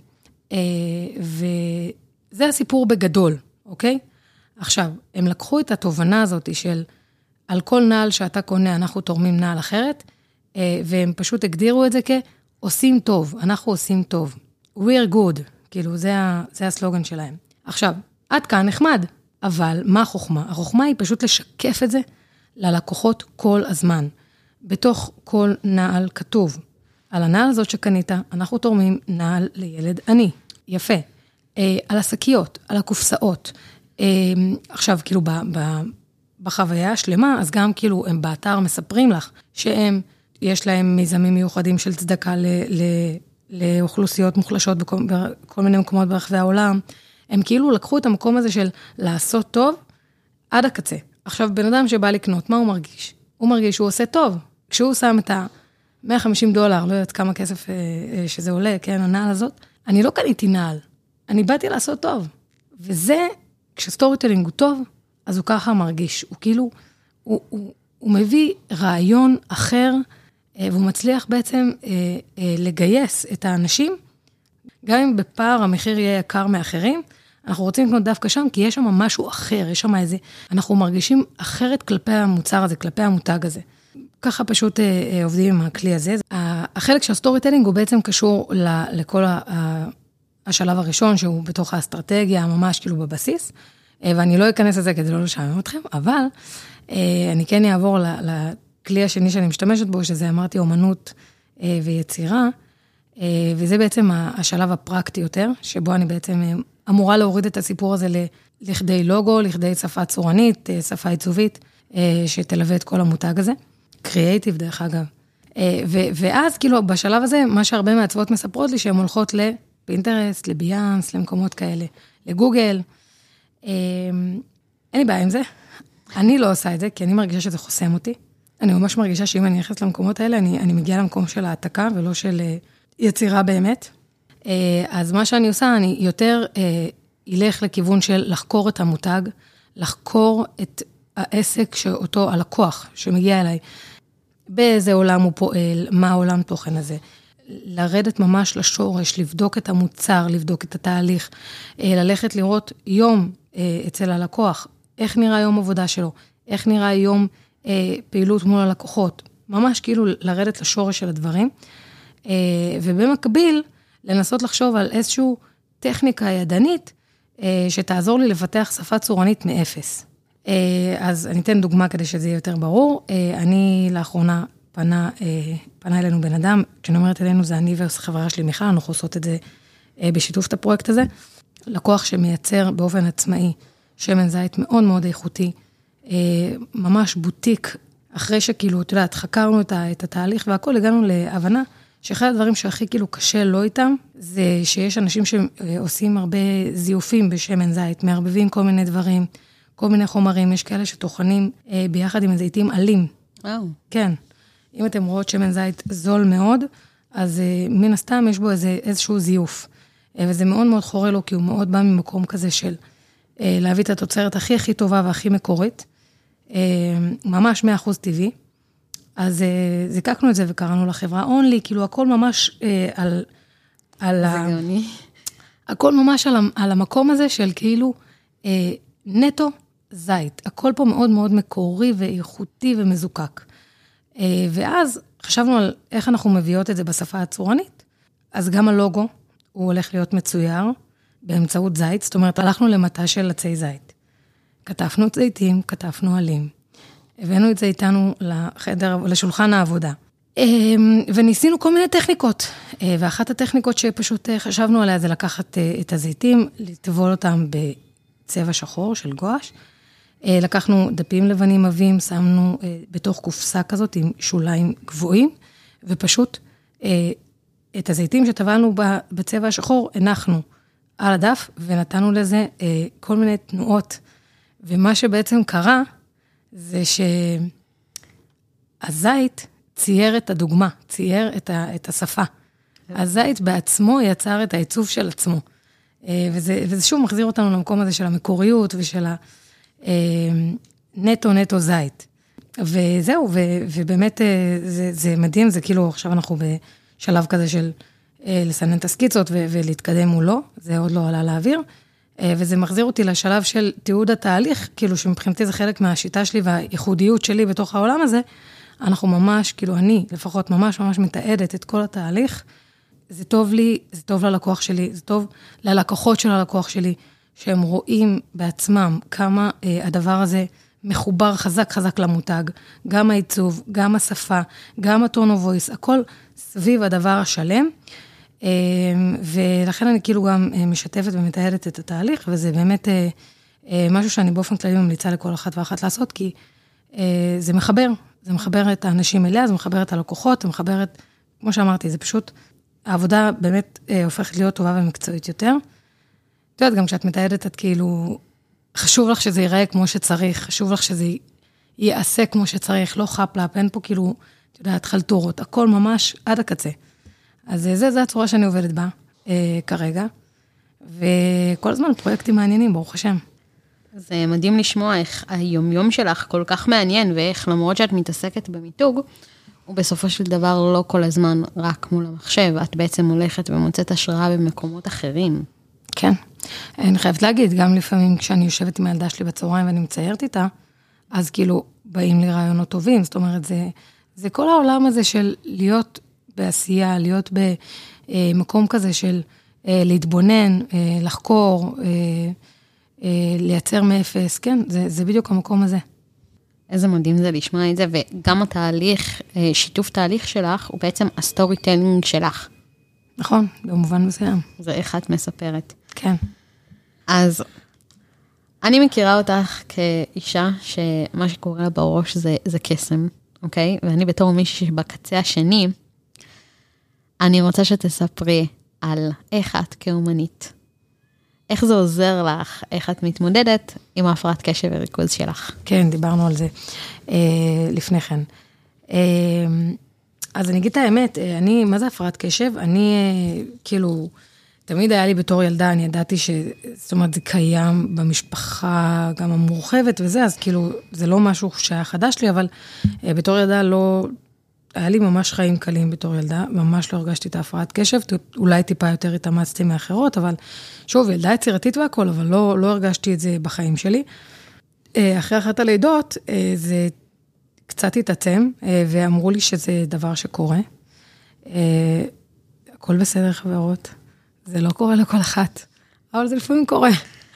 וזה הסיפור בגדול, אוקיי? עכשיו, הם לקחו את התובנה הזאת של על כל נעל שאתה קונה, אנחנו תורמים נעל אחרת, והם פשוט הגדירו את זה כעושים טוב, אנחנו עושים טוב. We're good, כאילו זה הסלוגן שלהם. עכשיו, עד כאן נחמד, אבל מה החוכמה? החוכמה היא פשוט לשקף את זה ללקוחות כל הזמן. בתוך כל נעל כתוב, על הנעל הזאת שקנית, אנחנו תורמים נעל לילד עני. יפה. על השקיות, על הקופסאות. עכשיו, כאילו, בחוויה השלמה, אז גם כאילו, הם באתר מספרים לך, שהם, יש להם מיזמים מיוחדים של צדקה לאוכלוסיות מוחלשות בכל מיני מקומות ברחבי העולם. הם כאילו לקחו את המקום הזה של לעשות טוב עד הקצה. עכשיו, בן אדם שבא לקנות, מה הוא מרגיש? הוא מרגיש שהוא עושה טוב. כשהוא שם את $150, לא יודעת כמה כסף שזה עולה, כן, הנעל הזאת, אני לא קניתי נעל, אני באתי לעשות טוב. וזה, כשסטורי טיילינג הוא טוב, אז הוא ככה מרגיש. הוא כאילו, הוא מביא רעיון אחר, והוא מצליח בעצם לגייס את האנשים, גם אם בפער המחיר יהיה יקר מאחרים, אנחנו רוצים לקנות דווקא שם, כי יש שם משהו אחר, יש שם איזה, אנחנו מרגישים אחרת כלפי המוצר הזה, כלפי המותג הזה. ככה פשוט עובדים עם הכלי הזה. החלק של הסטורי טיילינג הוא בעצם קשור לכל השלב הראשון, שהוא בתוך האסטרטגיה, ממש כאילו בבסיס, ואני לא אכנס לזה כדי לא לשעמם אתכם, אבל אני כן אעבור לכלי השני שאני משתמשת בו, שזה אמרתי אומנות ויצירה, וזה בעצם השלב הפרקטי יותר, שבו אני בעצם אמורה להוריד את הסיפור הזה לכדי לוגו, לכדי שפה צורנית, שפה עיצובית, שתלווה את כל המותג הזה. קריאייטיב דרך אגב. ואז כאילו בשלב הזה, מה שהרבה מעצבות מספרות לי, שהן הולכות לפינטרסט, לביאנס, למקומות כאלה, לגוגל. אין לי בעיה עם זה. אני לא עושה את זה, כי אני מרגישה שזה חוסם אותי. אני ממש מרגישה שאם אני נכנסת למקומות האלה, אני מגיעה למקום של העתקה, ולא של יצירה באמת. אז מה שאני עושה, אני יותר אלך לכיוון של לחקור את המותג, לחקור את העסק שאותו הלקוח שמגיע אליי, באיזה עולם הוא פועל, מה העולם תוכן הזה, לרדת ממש לשורש, לבדוק את המוצר, לבדוק את התהליך, ללכת לראות יום אצל הלקוח, איך נראה יום עבודה שלו, איך נראה יום פעילות מול הלקוחות, ממש כאילו לרדת לשורש של הדברים, ובמקביל לנסות לחשוב על איזשהו טכניקה ידנית, שתעזור לי לפתח שפה צורנית מאפס. אז אני אתן דוגמה כדי שזה יהיה יותר ברור. אני לאחרונה פנה אלינו בן אדם, כשאני אומרת אלינו זה אני וחברה שלי מיכל, אנחנו עושות את זה בשיתוף את הפרויקט הזה. לקוח שמייצר באופן עצמאי שמן זית מאוד מאוד איכותי, ממש בוטיק, אחרי שכאילו, אתה יודעת, חקרנו את התהליך והכל, הגענו להבנה שאחד הדברים שהכי כאילו קשה לא איתם, זה שיש אנשים שעושים הרבה זיופים בשמן זית, מערבבים כל מיני דברים, כל מיני חומרים, יש כאלה שטוחנים ביחד עם זיתים עלים. כן. אם אתם רואות שמן זית זול מאוד, אז מן הסתם יש בו איזשהו זיוף. וזה מאוד מאוד חורה לו, כי הוא מאוד בא ממקום כזה של להביא את התוצרת הכי טובה והכי מקורית, ממש 100% טבעי. אז זיקקנו את זה וקראנו לחברה אונלי, כאילו הכל ממש הכל ממש על המקום הזה של כאילו נטו זית. הכל פה מאוד מאוד מקורי ואיכותי ומזוקק. ואז חשבנו על איך אנחנו מביאות את זה בשפה הצורנית, אז גם הלוגו הוא הולך להיות מצויר, באמצעות זית, זאת אומרת, הלכנו למטה של עצי זית. כתפנו זיתים, כתפנו עלים. הבאנו את זה איתנו לחדר, לשולחן העבודה. וניסינו כל מיני טכניקות. ואחת הטכניקות שפשוט חשבנו עליה זה לקחת את הזיתים, לטבול אותם בצבע שחור של גואש. לקחנו דפים לבנים עבים, שמנו בתוך קופסה כזאת עם שוליים גבוהים, ופשוט את הזיתים שטבלנו בצבע השחור, הנחנו על הדף, ונתנו לזה כל מיני תנועות. ומה שבעצם קרה, זה שהזית צייר את הדוגמה, צייר את השפה. הזית בעצמו יצר את העיצוב של עצמו. וזה שוב מחזיר אותנו למקום הזה של המקוריות ושל נטו זית. וזהו, ובאמת זה מדהים, זה כאילו עכשיו אנחנו בשלב כזה של לסנן את הסקיצות ולהתקדם מולו, זה עוד לא עלה לאוויר, וזה מחזיר אותי לשלב של תיעוד התהליך, כאילו שמבחינתי זה חלק מהשיטה שלי והייחודיות שלי בתוך העולם הזה, אנחנו ממש, כאילו אני לפחות ממש מתעדת את כל התהליך, זה טוב לי, זה טוב ללקוח שלי, זה טוב ללקוחות של הלקוח שלי, שהם רואים בעצמם כמה הדבר הזה מחובר חזק למותג, גם העיצוב, גם השפה, גם הטון וויס, הכל סביב הדבר השלם, ולכן אני כאילו גם משתפת ומתעדת את התהליך, וזה באמת משהו שאני באופן כללי ממליצה לכל אחת ואחת לעשות, כי זה מחבר את האנשים אליה, זה מחבר את הלקוחות, זה מחבר את, כמו שאמרתי, זה פשוט, העבודה באמת הופכת להיות טובה ומקצועית יותר. את יודעת, גם כשאת מתעדת, את כאילו, חשוב לך שזה ייראה כמו שצריך, חשוב לך שזה ייעשה כמו שצריך, לא חפלאפ, אין פה כאילו, את יודעת, חלטורות, הכל ממש עד הקצה. אז זה הצורה שאני עובדת בה כרגע, וכל הזמן פרויקטים מעניינים, ברוך השם. זה מדהים לשמוע איך היומיום שלך כל כך מעניין, ואיך למרות שאת מתעסקת במיתוג, ובסופו של דבר לא כל הזמן רק מול המחשב, את בעצם הולכת ומוצאת השראה במקומות אחרים. כן, אני חייבת להגיד, גם לפעמים כשאני יושבת עם הילדה שלי בצהריים ואני מציירת איתה, אז כאילו באים לי רעיונות טובים, זאת אומרת, זה כל העולם הזה של להיות בעשייה, להיות במקום כזה של להתבונן, לחקור, לייצר מאפס, כן, זה בדיוק המקום הזה. איזה מדהים זה לשמוע את זה, וגם התהליך, שיתוף תהליך שלך, הוא בעצם הסטורי טיילינג שלך. נכון, במובן מסוים. זה איך את מספרת. כן. אז אני מכירה אותך כאישה שמה שקורה לה בראש זה קסם, אוקיי? ואני בתור מישהי שבקצה השני, אני רוצה שתספרי על איך את כאומנית. איך זה עוזר לך, איך את מתמודדת עם ההפרעת קשב וריכוז שלך. כן, דיברנו על זה לפני כן. אז אני אגיד את האמת, מה זה הפרעת קשב? אני כאילו, תמיד היה לי בתור ילדה, אני ידעתי זאת אומרת, זה קיים במשפחה גם המורחבת וזה, אז כאילו, זה לא משהו שהיה חדש לי, אבל בתור ילדה לא, היה לי ממש חיים קלים בתור ילדה, ממש לא הרגשתי את ההפרעת קשב, אולי טיפה יותר התאמצתי מאחרות, אבל שוב, ילדה יצירתית והכל, אבל לא הרגשתי את זה בחיים שלי. אחרי אחת הלידות, זה קצת התעצם, ואמרו לי שזה דבר שקורה. הכל בסדר, חברות. זה לא קורה לכל אחת, אבל זה לפעמים קורה.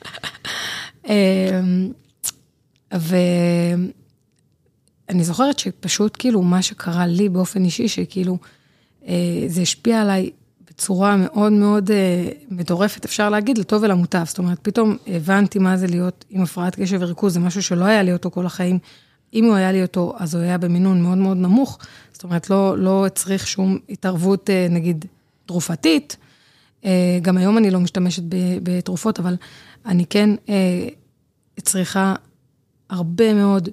אני זוכרת שפשוט כאילו מה שקרה לי באופן אישי, שכאילו זה השפיע עליי בצורה מאוד מאוד מטורפת, אפשר להגיד, לטוב ולמוטב. זאת אומרת, פתאום הבנתי מה זה להיות עם הפרעת קשב וריכוז, זה משהו שלא היה לי אותו כל החיים. אם הוא היה לי אותו, אז הוא היה במינון מאוד מאוד נמוך. זאת אומרת, לא צריך שום התערבות, נגיד, תרופתית. גם היום אני לא משתמשת בתרופות, אבל אני כן צריכה הרבה מאוד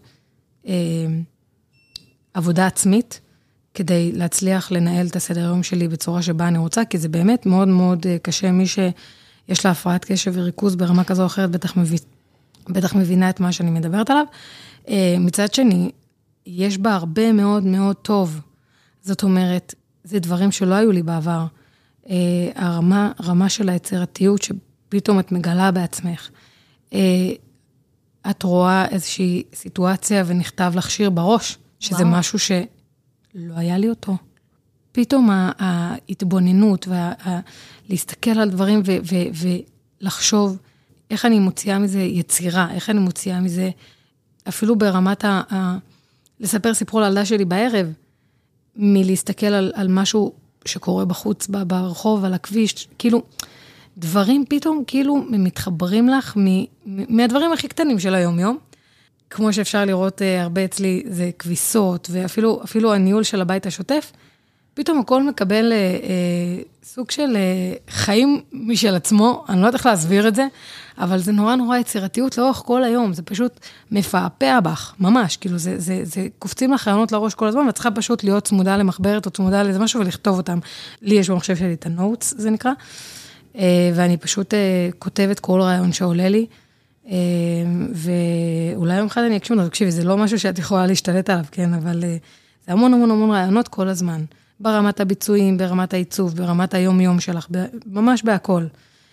עבודה עצמית, כדי להצליח לנהל את הסדר היום שלי בצורה שבה אני רוצה, כי זה באמת מאוד מאוד קשה, מי שיש לה הפרעת קשב וריכוז ברמה כזו או אחרת, בטח מבינה את מה שאני מדברת עליו. מצד שני, יש בה הרבה מאוד מאוד טוב. זאת אומרת, זה דברים שלא היו לי בעבר. הרמה של היצירתיות שפתאום את מגלה בעצמך. את רואה איזושהי סיטואציה ונכתב לך שיר בראש, שזה משהו שלא היה לי אותו. פתאום ההתבוננות, להסתכל על דברים לחשוב איך אני מוציאה מזה יצירה, איך אני מוציאה מזה, אפילו ברמת לספר סיפור לילדה שלי בערב, מלהסתכל על משהו שקורה בחוץ, ברחוב, על הכביש, כאילו, דברים פתאום כאילו מתחברים לך מהדברים הכי קטנים של היום-יום, כמו שאפשר לראות הרבה אצלי, זה כביסות, ואפילו הניהול של הבית השוטף, פתאום הכל מקבל סוג של חיים משל עצמו, אני לא יודעת איך להסביר את זה, אבל זה נורא נורא יצירתיות לאורך כל היום, זה פשוט מפעפע בך, ממש, כאילו זה קופצים לך רעיונות לראש כל הזמן, וצריכה פשוט להיות צמודה למחברת, או צמודה לאיזה משהו, ולכתוב אותם. לי יש במחשב שלי את הנוטס, זה נקרא, ואני פשוט כותבת כל רעיון שעולה לי, ואולי יום אחד אני אקשיב לו, תקשיבי, זה לא משהו שאת יכולה להשתלט עליו, כן, אבל זה המון המון המון רעיונות כל הזמן, ברמת הביצועים, ברמת העיצוב, ברמת היום-יום שלך, ממש בהכל.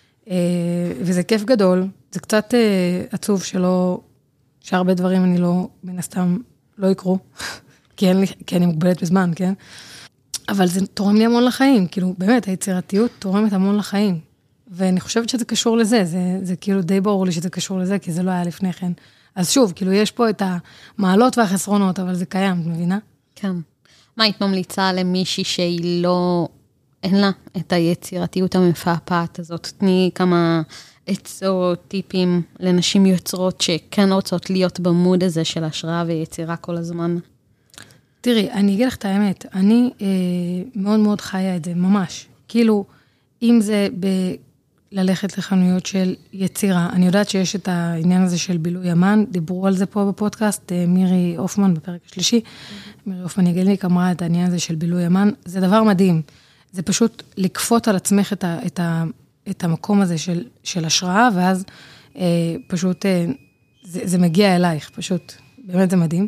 וזה כיף גדול, זה קצת עצוב שהרבה דברים אני לא, מן הסתם, לא יקרו, כי אני מוגבלת בזמן, כן? אבל זה תורם לי המון לחיים, כאילו, באמת, היצירתיות תורמת המון לחיים. ואני חושבת שזה קשור לזה, זה כאילו די ברור לי שזה קשור לזה, כי זה לא היה לפני כן. אז שוב, כאילו, יש פה את המעלות והחסרונות, אבל זה קיים, את מבינה? כן. מה היית ממליצה למישהי שהיא לא, אין לה את היצירתיות המפעפעת הזאת? תני כמה עצות, טיפים לנשים יוצרות שכן רוצות להיות במוד הזה של השראה ויצירה כל הזמן. תראי, אני אגיד לך את האמת, אני מאוד מאוד חיה את זה, ממש. כאילו, אם זה ללכת לחנויות של יצירה, אני יודעת שיש את העניין הזה של בילוי אמן, דיברו על זה פה בפודקאסט, מירי אופמן בפרק השלישי, מירי אופמן יגלניק אמרה את העניין הזה של בילוי אמן, זה דבר מדהים, זה פשוט לקפות על עצמך את המקום הזה של השראה, ואז פשוט זה מגיע אלייך, פשוט, באמת זה מדהים.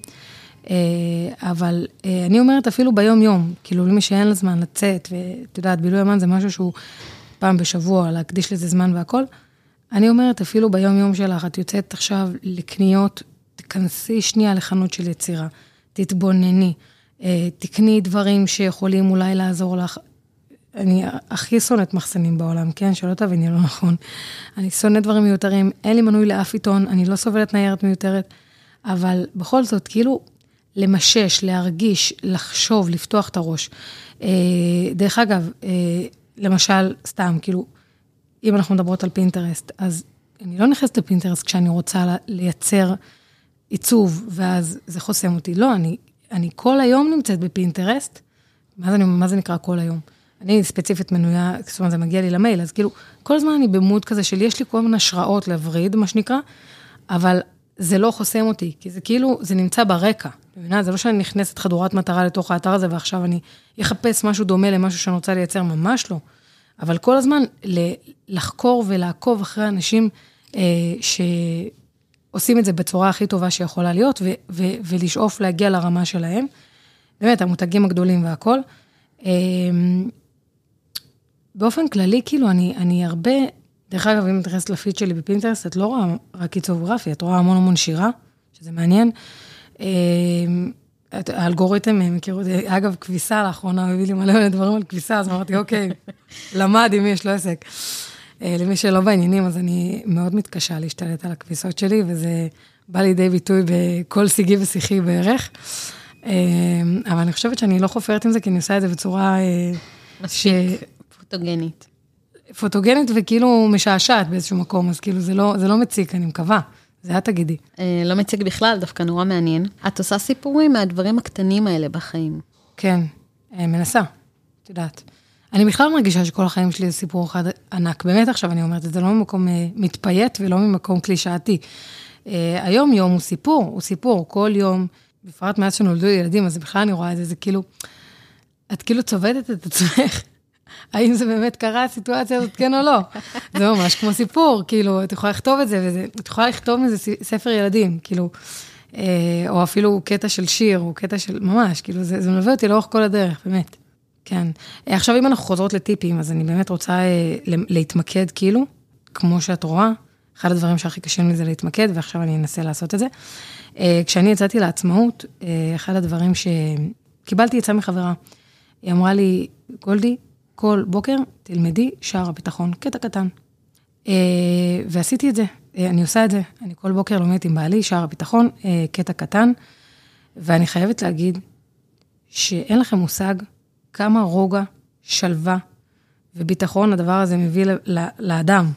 אבל אני אומרת אפילו ביום יום, כאילו למי שאין לה זמן לצאת, ואת יודעת, בילוי אמן זה משהו שהוא פעם בשבוע, להקדיש לזה זמן והכל, אני אומרת אפילו ביום יום שלך, את יוצאת עכשיו לקניות, תכנסי שנייה לחנות של יצירה, תתבונני, תקני דברים שיכולים אולי לעזור לך, אני הכי שונאת מחסנים בעולם, כן? שלא תביני, לא נכון. אני שונאת דברים מיותרים, אין לי מנוי לאף עיתון, אני לא סובלת ניירת מיותרת, אבל בכל זאת, כאילו, למשש, להרגיש, לחשוב, לפתוח את הראש. דרך אגב, למשל, סתם, כאילו, אם אנחנו מדברות על פינטרסט, אז אני לא נכנסת לפינטרסט כשאני רוצה לייצר עיצוב, ואז זה חוסם אותי. לא, אני כל היום נמצאת בפינטרסט, מה זה נקרא כל היום? אני ספציפית מנויה, זאת אומרת, זה מגיע לי למייל, אז כאילו, כל הזמן אני במוד כזה של יש לי כל מיני השראות להבריד, מה שנקרא, אבל זה לא חוסם אותי, כי זה כאילו, זה נמצא ברקע. זה לא שאני נכנסת חדורת מטרה לתוך האתר הזה, ועכשיו אני אחפש משהו דומה למשהו שאני רוצה לייצר, ממש לא. אבל כל הזמן לחקור ולעקוב אחרי אנשים שעושים את זה בצורה הכי טובה שיכולה להיות, ולשאוף להגיע לרמה שלהם. באמת, המותגים הגדולים והכל. באופן כללי, כאילו, אני הרבה, דרך אגב, אם מתייחסת לפיד שלי בפינטרסט, את לא רואה רק עיצוב גרפי, את רואה המון המון שירה, שזה מעניין. האלגוריתם מכירו, אגב, כביסה לאחרונה, הוא הביא לי מלא דברים על כביסה, אז אמרתי, אוקיי, למד אם יש לו עסק. למי שלא בעניינים, אז אני מאוד מתקשה להשתלט על הכביסות שלי, וזה בא לידי ביטוי בכל שיגי ושיחי בערך. אבל אני חושבת שאני לא חופרת עם זה, כי אני עושה את זה בצורה מספיק פוטוגנית. פוטוגנית וכאילו משעשעת באיזשהו מקום, אז כאילו זה לא מציק, אני מקווה. זה את תגידי. לא מציג בכלל, דווקא נורא מעניין. את עושה סיפורים מהדברים הקטנים האלה בחיים. כן, מנסה, את יודעת. אני בכלל מרגישה שכל החיים שלי זה סיפור אחד ענק. באמת עכשיו אני אומרת, זה לא ממקום מתפייט ולא ממקום קלישאתי. היום יום הוא סיפור, כל יום, בפרט מאז שנולדו ילדים, אז בכלל אני רואה את זה, זה כאילו, את כאילו צובדת את עצמך. האם זה באמת קרה, הסיטואציה הזאת, כן או לא? זה ממש כמו סיפור, כאילו, את יכולה לכתוב את זה, את יכולה לכתוב מזה ספר ילדים, כאילו, או אפילו קטע של שיר, או קטע של, ממש, כאילו, זה מלווה אותי לאורך כל הדרך, באמת. כן. עכשיו, אם אנחנו חוזרות לטיפים, אז אני באמת רוצה להתמקד, כאילו, כמו שאת רואה, אחד הדברים שהכי קשים לי זה להתמקד, ועכשיו אני אנסה לעשות את זה. כשאני יצאתי לעצמאות, אחד הדברים שקיבלתי יצא מחברה, היא אמרה לי, גולדי, כל בוקר תלמדי שער הביטחון, קטע קטן. ועשיתי את זה, אני עושה את זה, אני כל בוקר לומדת עם בעלי, שער הביטחון, קטע קטן, ואני חייבת להגיד, שאין לכם מושג כמה רוגע, שלווה וביטחון הדבר הזה מביא לאדם.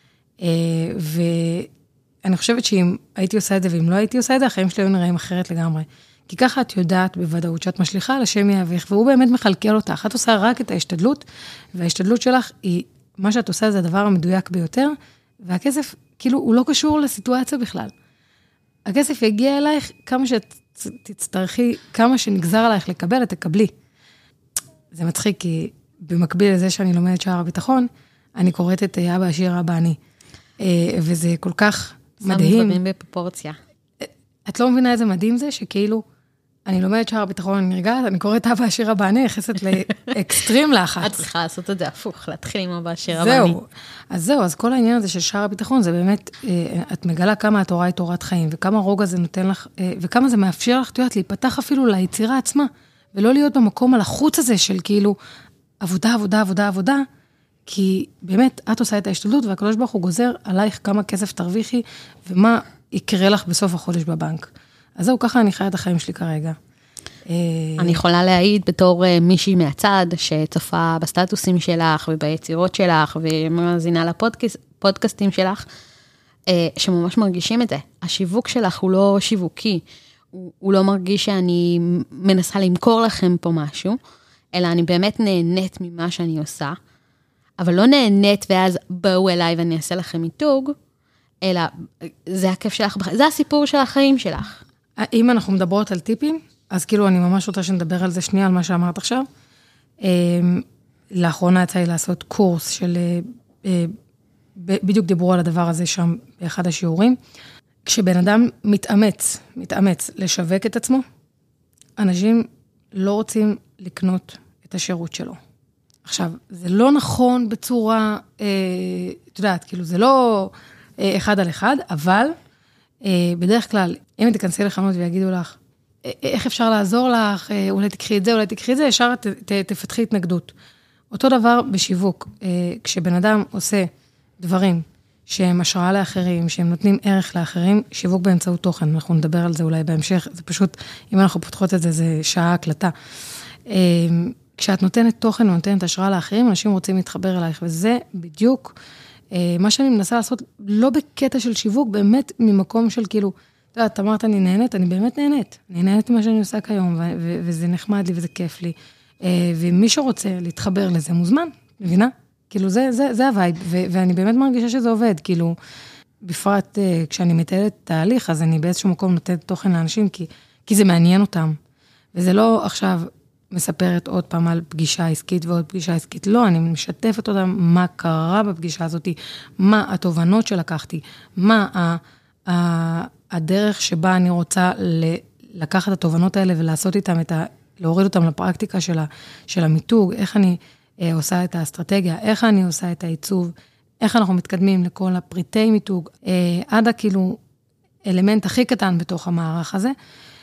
ואני חושבת שאם הייתי עושה את זה, ואם לא הייתי עושה את זה, החיים שלי היו נראים אחרת לגמרי. כי ככה את יודעת בוודאות שאת משליחה על השם יאביך, והוא באמת מחלקל אותך. את עושה רק את ההשתדלות, וההשתדלות שלך היא, מה שאת עושה זה הדבר המדויק ביותר, והכסף, כאילו, הוא לא קשור לסיטואציה בכלל. הכסף יגיע אלייך כמה שתצטרכי, כמה שנגזר עלייך לקבל, את תקבלי. זה מצחיק, כי במקביל לזה שאני לומדת שער הביטחון, אני קוראת את אבא עשיר אבא אני. וזה כל כך מדהים. שם דברים בפרופורציה. את לא מבינה איזה מדהים זה, שכאילו, אני לומדת שער הביטחון, אני נרגעת, אני קוראת אבא עשיר אבא אני, נכנסת לאקסטרים לחץ. את צריכה לעשות את זה הפוך, להתחיל עם אבא עשיר אבא אני. זהו, אז כל העניין הזה של שער הביטחון, זה באמת, את מגלה כמה התורה היא תורת חיים, וכמה רוגע זה נותן לך, וכמה זה מאפשר לך, תיאת, להיפתח אפילו ליצירה עצמה, ולא להיות במקום על החוץ הזה של כאילו, עבודה, עבודה, עבודה, עבודה, כי באמת, את עושה את ההשתדלות, והקדוש ברוך הוא גוזר עלייך כמה כסף תרוויחי, ומה יקרה לך בסוף החודש בבנק. אז זהו, ככה אני חיה את החיים שלי כרגע. אני יכולה להעיד בתור מישהי מהצד, שצופה בסטטוסים שלך, וביצירות שלך, ומאזינה לפודקאסטים שלך, שממש מרגישים את זה. השיווק שלך הוא לא שיווקי, הוא לא מרגיש שאני מנסה למכור לכם פה משהו, אלא אני באמת נהנית ממה שאני עושה, אבל לא נהנית ואז בואו אליי ואני אעשה לכם מיתוג, אלא זה הכיף שלך, זה הסיפור של החיים שלך. אם אנחנו מדברות על טיפים, אז כאילו אני ממש רוצה שנדבר על זה שנייה, על מה שאמרת עכשיו. לאחרונה יצא לי לעשות קורס של, בדיוק דיברו על הדבר הזה שם באחד השיעורים. כשבן אדם מתאמץ לשווק את עצמו, אנשים לא רוצים לקנות את השירות שלו. עכשיו, זה לא נכון בצורה, את יודעת, כאילו זה לא אחד על אחד, אבל בדרך כלל, אם תכנסי לחנות ויגידו לך, איך אפשר לעזור לך, אולי תקחי את זה, אולי תקחי את זה, ישר תפתחי התנגדות. אותו דבר בשיווק, כשבן אדם עושה דברים שהם השראה לאחרים, שהם נותנים ערך לאחרים, שיווק באמצעות תוכן, אנחנו נדבר על זה אולי בהמשך, זה פשוט, אם אנחנו פותחות את זה, זה שעה הקלטה. כשאת נותנת תוכן ונותנת השראה לאחרים, אנשים רוצים להתחבר אלייך, וזה בדיוק מה שאני מנסה לעשות, לא בקטע של שיווק, באמת ממקום של כאילו, את אמרת, אני נהנית, אני באמת נהנית. אני נהנית ממה שאני עושה כיום, וזה נחמד לי וזה כיף לי. ומי שרוצה להתחבר לזה מוזמן, מבינה? כאילו, זה הווייב, ואני באמת מרגישה שזה עובד, כאילו, בפרט כשאני מטיילת תהליך, אז אני באיזשהו מקום נותנת תוכן לאנשים, כי זה מעניין אותם. וזה לא עכשיו מספרת עוד פעם על פגישה עסקית ועוד פגישה עסקית. לא, אני משתפת אותם מה קרה בפגישה הזאת, מה התובנות שלקחתי, מה הדרך שבה אני רוצה לקחת את התובנות האלה ולעשות איתם להוריד אותם לפרקטיקה של המיתוג, איך אני עושה את האסטרטגיה, איך אני עושה את העיצוב, איך אנחנו מתקדמים לכל הפריטי מיתוג, עד כאילו אלמנט הכי קטן בתוך המערך הזה,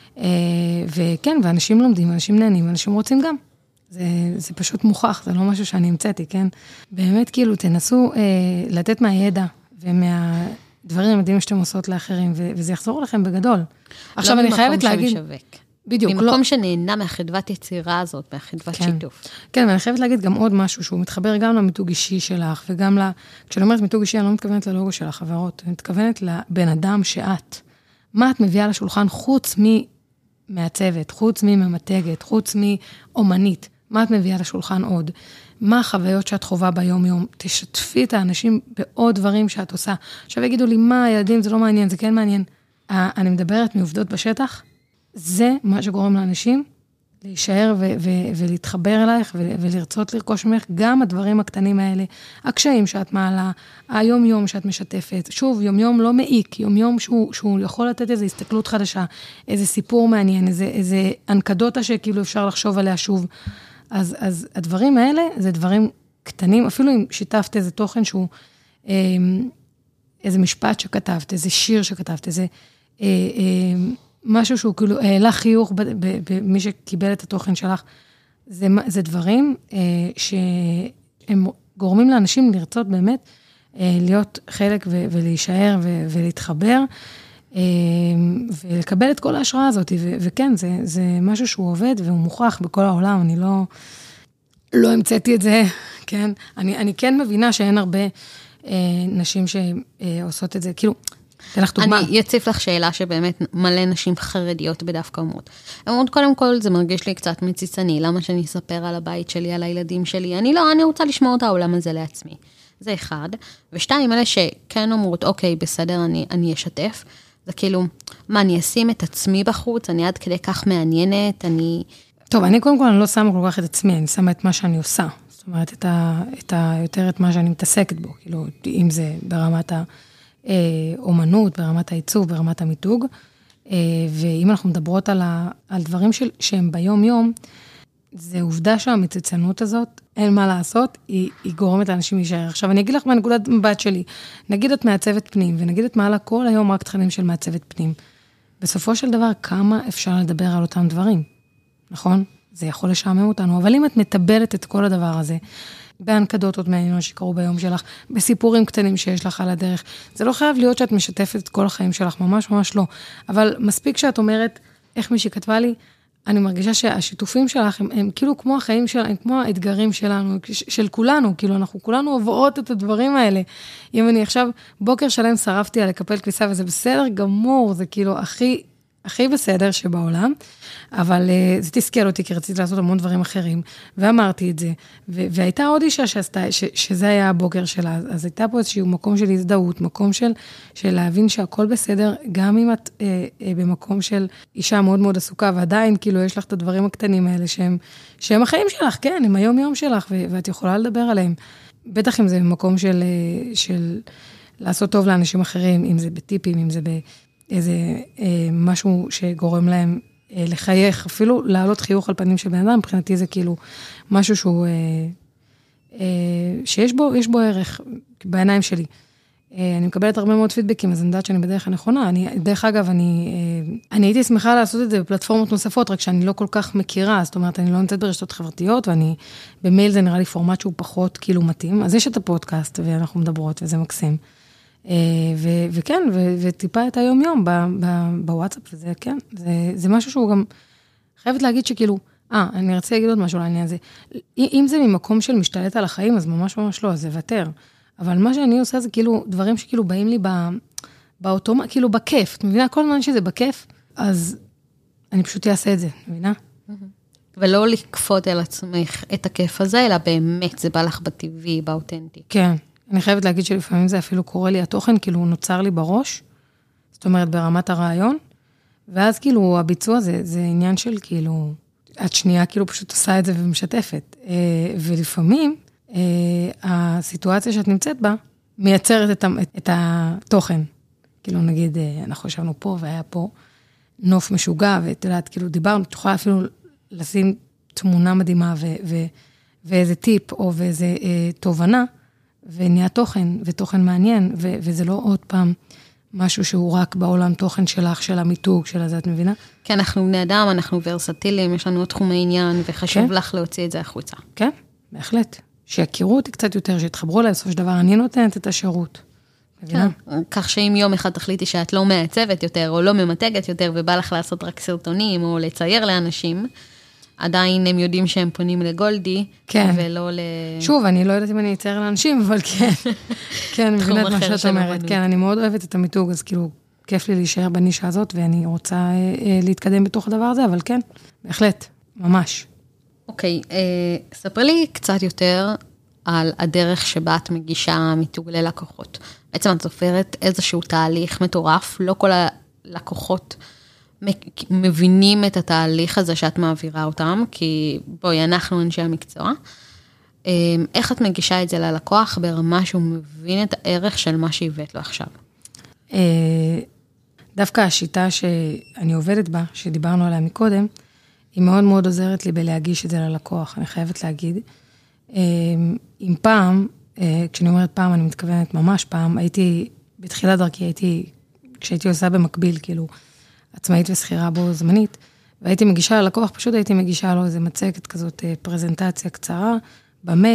וכן, ואנשים לומדים, אנשים נהנים, אנשים רוצים גם. זה פשוט מוכח, זה לא משהו שאני המצאתי, כן? באמת כאילו תנסו לתת מהידע ומהדברים המדהימים שאתם עושות לאחרים, וזה יחזור לכם בגדול. עכשיו אני חייבת להגיד, בדיוק. ממקום שנהנה מהחדוות יצירה הזאת, מהחדוות שיתוף. כן, ואני חייבת להגיד גם עוד משהו, שהוא מתחבר גם למיתוג אישי שלך, וגם כשאני אומרת מיתוג אישי, אני לא מתכוונת ללוגו של החברות, אני מתכוונת לבן אדם שאת. מה את מביאה לשולחן חוץ מהצוות, חוץ ממתגת, חוץ מאומנית, מה את מביאה לשולחן עוד? מה החוויות שאת חובה ביום-יום? תשתפי את האנשים בעוד דברים שאת עושה. עכשיו יגידו לי, מה הילדים, זה לא מעניין, זה כן מעניין. אני מדברת מעובדות בשטח, זה מה שגורם לאנשים להישאר ולהתחבר אלייך ולרצות לרכוש ממך גם הדברים הקטנים האלה, הקשיים שאת מעלה, היום-יום שאת משתפת, שוב, יום-יום לא מעיק, יום-יום שהוא יכול לתת איזו הסתכלות חדשה, איזה סיפור מעניין, איזה אנקדוטה שכאילו אפשר לחשוב עליה שוב. אז הדברים האלה זה דברים קטנים, אפילו אם שיתפת איזה תוכן שהוא, איזה משפט שכתבת, איזה שיר שכתבת, איזה משהו שהוא כאילו העלה חיוך במי שקיבל את התוכן שלך, זה דברים שהם גורמים לאנשים לרצות באמת להיות חלק ולהישאר ולהתחבר, ולקבל את כל ההשראה הזאת, וכן, זה משהו שהוא עובד והוא מוכח בכל העולם, אני לא המצאתי את זה, כן? אני כן מבינה שאין הרבה נשים שעושות את זה, כאילו, תן לך דוגמה. אני אציף לך שאלה שבאמת מלא נשים חרדיות בדווקא אומרות. אומרות, קודם כל, זה מרגיש לי קצת מציצני, למה שאני אספר על הבית שלי, על הילדים שלי? אני רוצה לשמור את העולם הזה לעצמי. זה אחד. ושתיים, אלה שכן אומרות, אוקיי, בסדר, אני אשתף. זה כאילו, מה, אני אשים את עצמי בחוץ, אני עד כדי כך מעניינת, טוב, אני קודם כל, אני לא שמה כל כך את עצמי, אני שמה את מה שאני עושה. זאת אומרת, יותר את מה שאני מתעסקת בו, כאילו, אם זה ברמת האומנות, ברמת העיצוב, ברמת המיתוג, ואם אנחנו מדברות על דברים שהם ביום-יום, זה עובדה שהמציצנות הזאת, אין מה לעשות, היא גורמת לאנשים להישאר. עכשיו, אני אגיד לך מהנקודת מבט שלי, נגיד את מעצבת פנים, ונגיד את מעלה כל היום רק תכנים של מעצבת פנים. בסופו של דבר, כמה אפשר לדבר על אותם דברים, נכון? זה יכול לשעמם אותנו, אבל אם את מטבלת את כל הדבר הזה, באנקדוטות מעניינות שקרו ביום שלך, בסיפורים קטנים שיש לך על הדרך, זה לא חייב להיות שאת משתפת את כל החיים שלך, ממש ממש לא. אבל מספיק שאת אומרת, איך מי שכתבה לי, אני מרגישה שהשיתופים שלך הם כאילו כמו החיים שלנו, הם כמו האתגרים שלנו, של כולנו, כאילו אנחנו כולנו עוברות את הדברים האלה. אם אני עכשיו בוקר שלם שרפתי על לקפל כביסה, וזה בסדר גמור, זה כאילו הכי בסדר שבעולם, אבל זה תסכל אותי, כי רציתי לעשות המון דברים אחרים, ואמרתי את זה, והייתה עוד אישה שעשתה, שזה היה הבוקר שלה, אז הייתה פה איזשהו מקום של הזדהות, מקום של להבין שהכל בסדר, גם אם את במקום של אישה מאוד מאוד עסוקה, ועדיין כאילו יש לך את הדברים הקטנים האלה, שהם החיים שלך, כן, הם היום-יום שלך, ואת יכולה לדבר עליהם. בטח אם זה במקום של לעשות טוב לאנשים אחרים, אם זה בטיפים, אם זה איזה משהו שגורם להם לחייך, אפילו לעלות חיוך על פנים של בן אדם, מבחינתי זה כאילו משהו שהוא, שיש בו ערך בעיניים שלי. אני מקבלת הרבה מאוד פידבקים, אז אני יודעת שאני בדרך הנכונה. דרך אגב, אני הייתי שמחה לעשות את זה בפלטפורמות נוספות, רק שאני לא כל כך מכירה, זאת אומרת, אני לא נמצאת ברשתות חברתיות, ואני, במייל זה נראה לי פורמט שהוא פחות כאילו מתאים, אז יש את הפודקאסט, ואנחנו מדברות, וזה מקסים. וכן, וטיפה את היום-יום בוואטסאפ, וזה כן, זה משהו שהוא גם, חייבת להגיד שכאילו, אני רוצה להגיד עוד משהו לעניין הזה, אם זה ממקום של משתלט על החיים, אז ממש ממש לא, זה ותר, אבל מה שאני עושה זה כאילו, דברים שכאילו באים לי באוטומט, כאילו בכיף, את מבינה? כל זמן שזה בכיף, אז אני פשוט אעשה את זה, מבינה? ולא לקפות על עצמך את הכיף הזה, אלא באמת זה בא לך בטבעי, באותנטי. כן. אני חייבת להגיד שלפעמים זה אפילו קורה לי, התוכן כאילו נוצר לי בראש, זאת אומרת ברמת הרעיון, ואז כאילו הביצוע זה עניין של כאילו, את שנייה כאילו פשוט עושה את זה ומשתפת, ולפעמים הסיטואציה שאת נמצאת בה, מייצרת את התוכן, כאילו נגיד, אנחנו ישבנו פה והיה פה נוף משוגע, ואת יודעת, כאילו דיברנו, תוכל אפילו לשים תמונה מדהימה, ואיזה טיפ או ואיזה תובנה, ונהיה תוכן, ותוכן מעניין, וזה לא עוד פעם משהו שהוא רק בעולם תוכן שלך, של המיתוג, של הזה, את מבינה? כי אנחנו בני אדם, אנחנו ורסטיליים, יש לנו תחומי עניין, וחשוב לך להוציא את זה החוצה. כן, בהחלט. שיכירו אותי קצת יותר, שיתחברו לה, בסוף של דבר, אני נותנת את השירות. מבינה? כך שאם יום אחד תחליטי שאת לא מעצבת יותר, או לא ממתגת יותר, ובא לך לעשות רק סרטונים, או לצייר לאנשים, עדיין הם יודעים שהם פונים לגולדי, כן. ולא שוב, אני לא יודעת אם אני אצייר לאנשים, אבל כן. כן, אני מבינה את מה שאת אומרת. כן, אני מאוד אוהבת את המיתוג, אז כאילו, כיף לי להישאר בנישה הזאת, ואני רוצה להתקדם בתוך הדבר הזה, אבל כן, בהחלט, ממש. אוקיי, ספר לי קצת יותר על הדרך שבה את מגישה מיתוג ללקוחות. בעצם את סופרת איזשהו תהליך מטורף, לא כל הלקוחות מבינים את התהליך הזה שאת מעבירה אותם, כי בואי, אנחנו אנשי המקצוע. איך את מגישה את זה ללקוח ברמה שהוא מבין את הערך של מה שהבאת לו עכשיו? דווקא השיטה שאני עובדת בה, שדיברנו עליה מקודם, היא מאוד מאוד עוזרת לי בלהגיש את זה ללקוח, אני חייבת להגיד. אם פעם, כשאני אומרת פעם, אני מתכוונת ממש פעם, בתחילת דרכי כשהייתי עושה במקביל, כאילו, עצמאית וסחירה בו זמנית, והייתי מגישה ללקוח, פשוט הייתי מגישה לו איזה מצגת כזאת, פרזנטציה קצרה, במייל,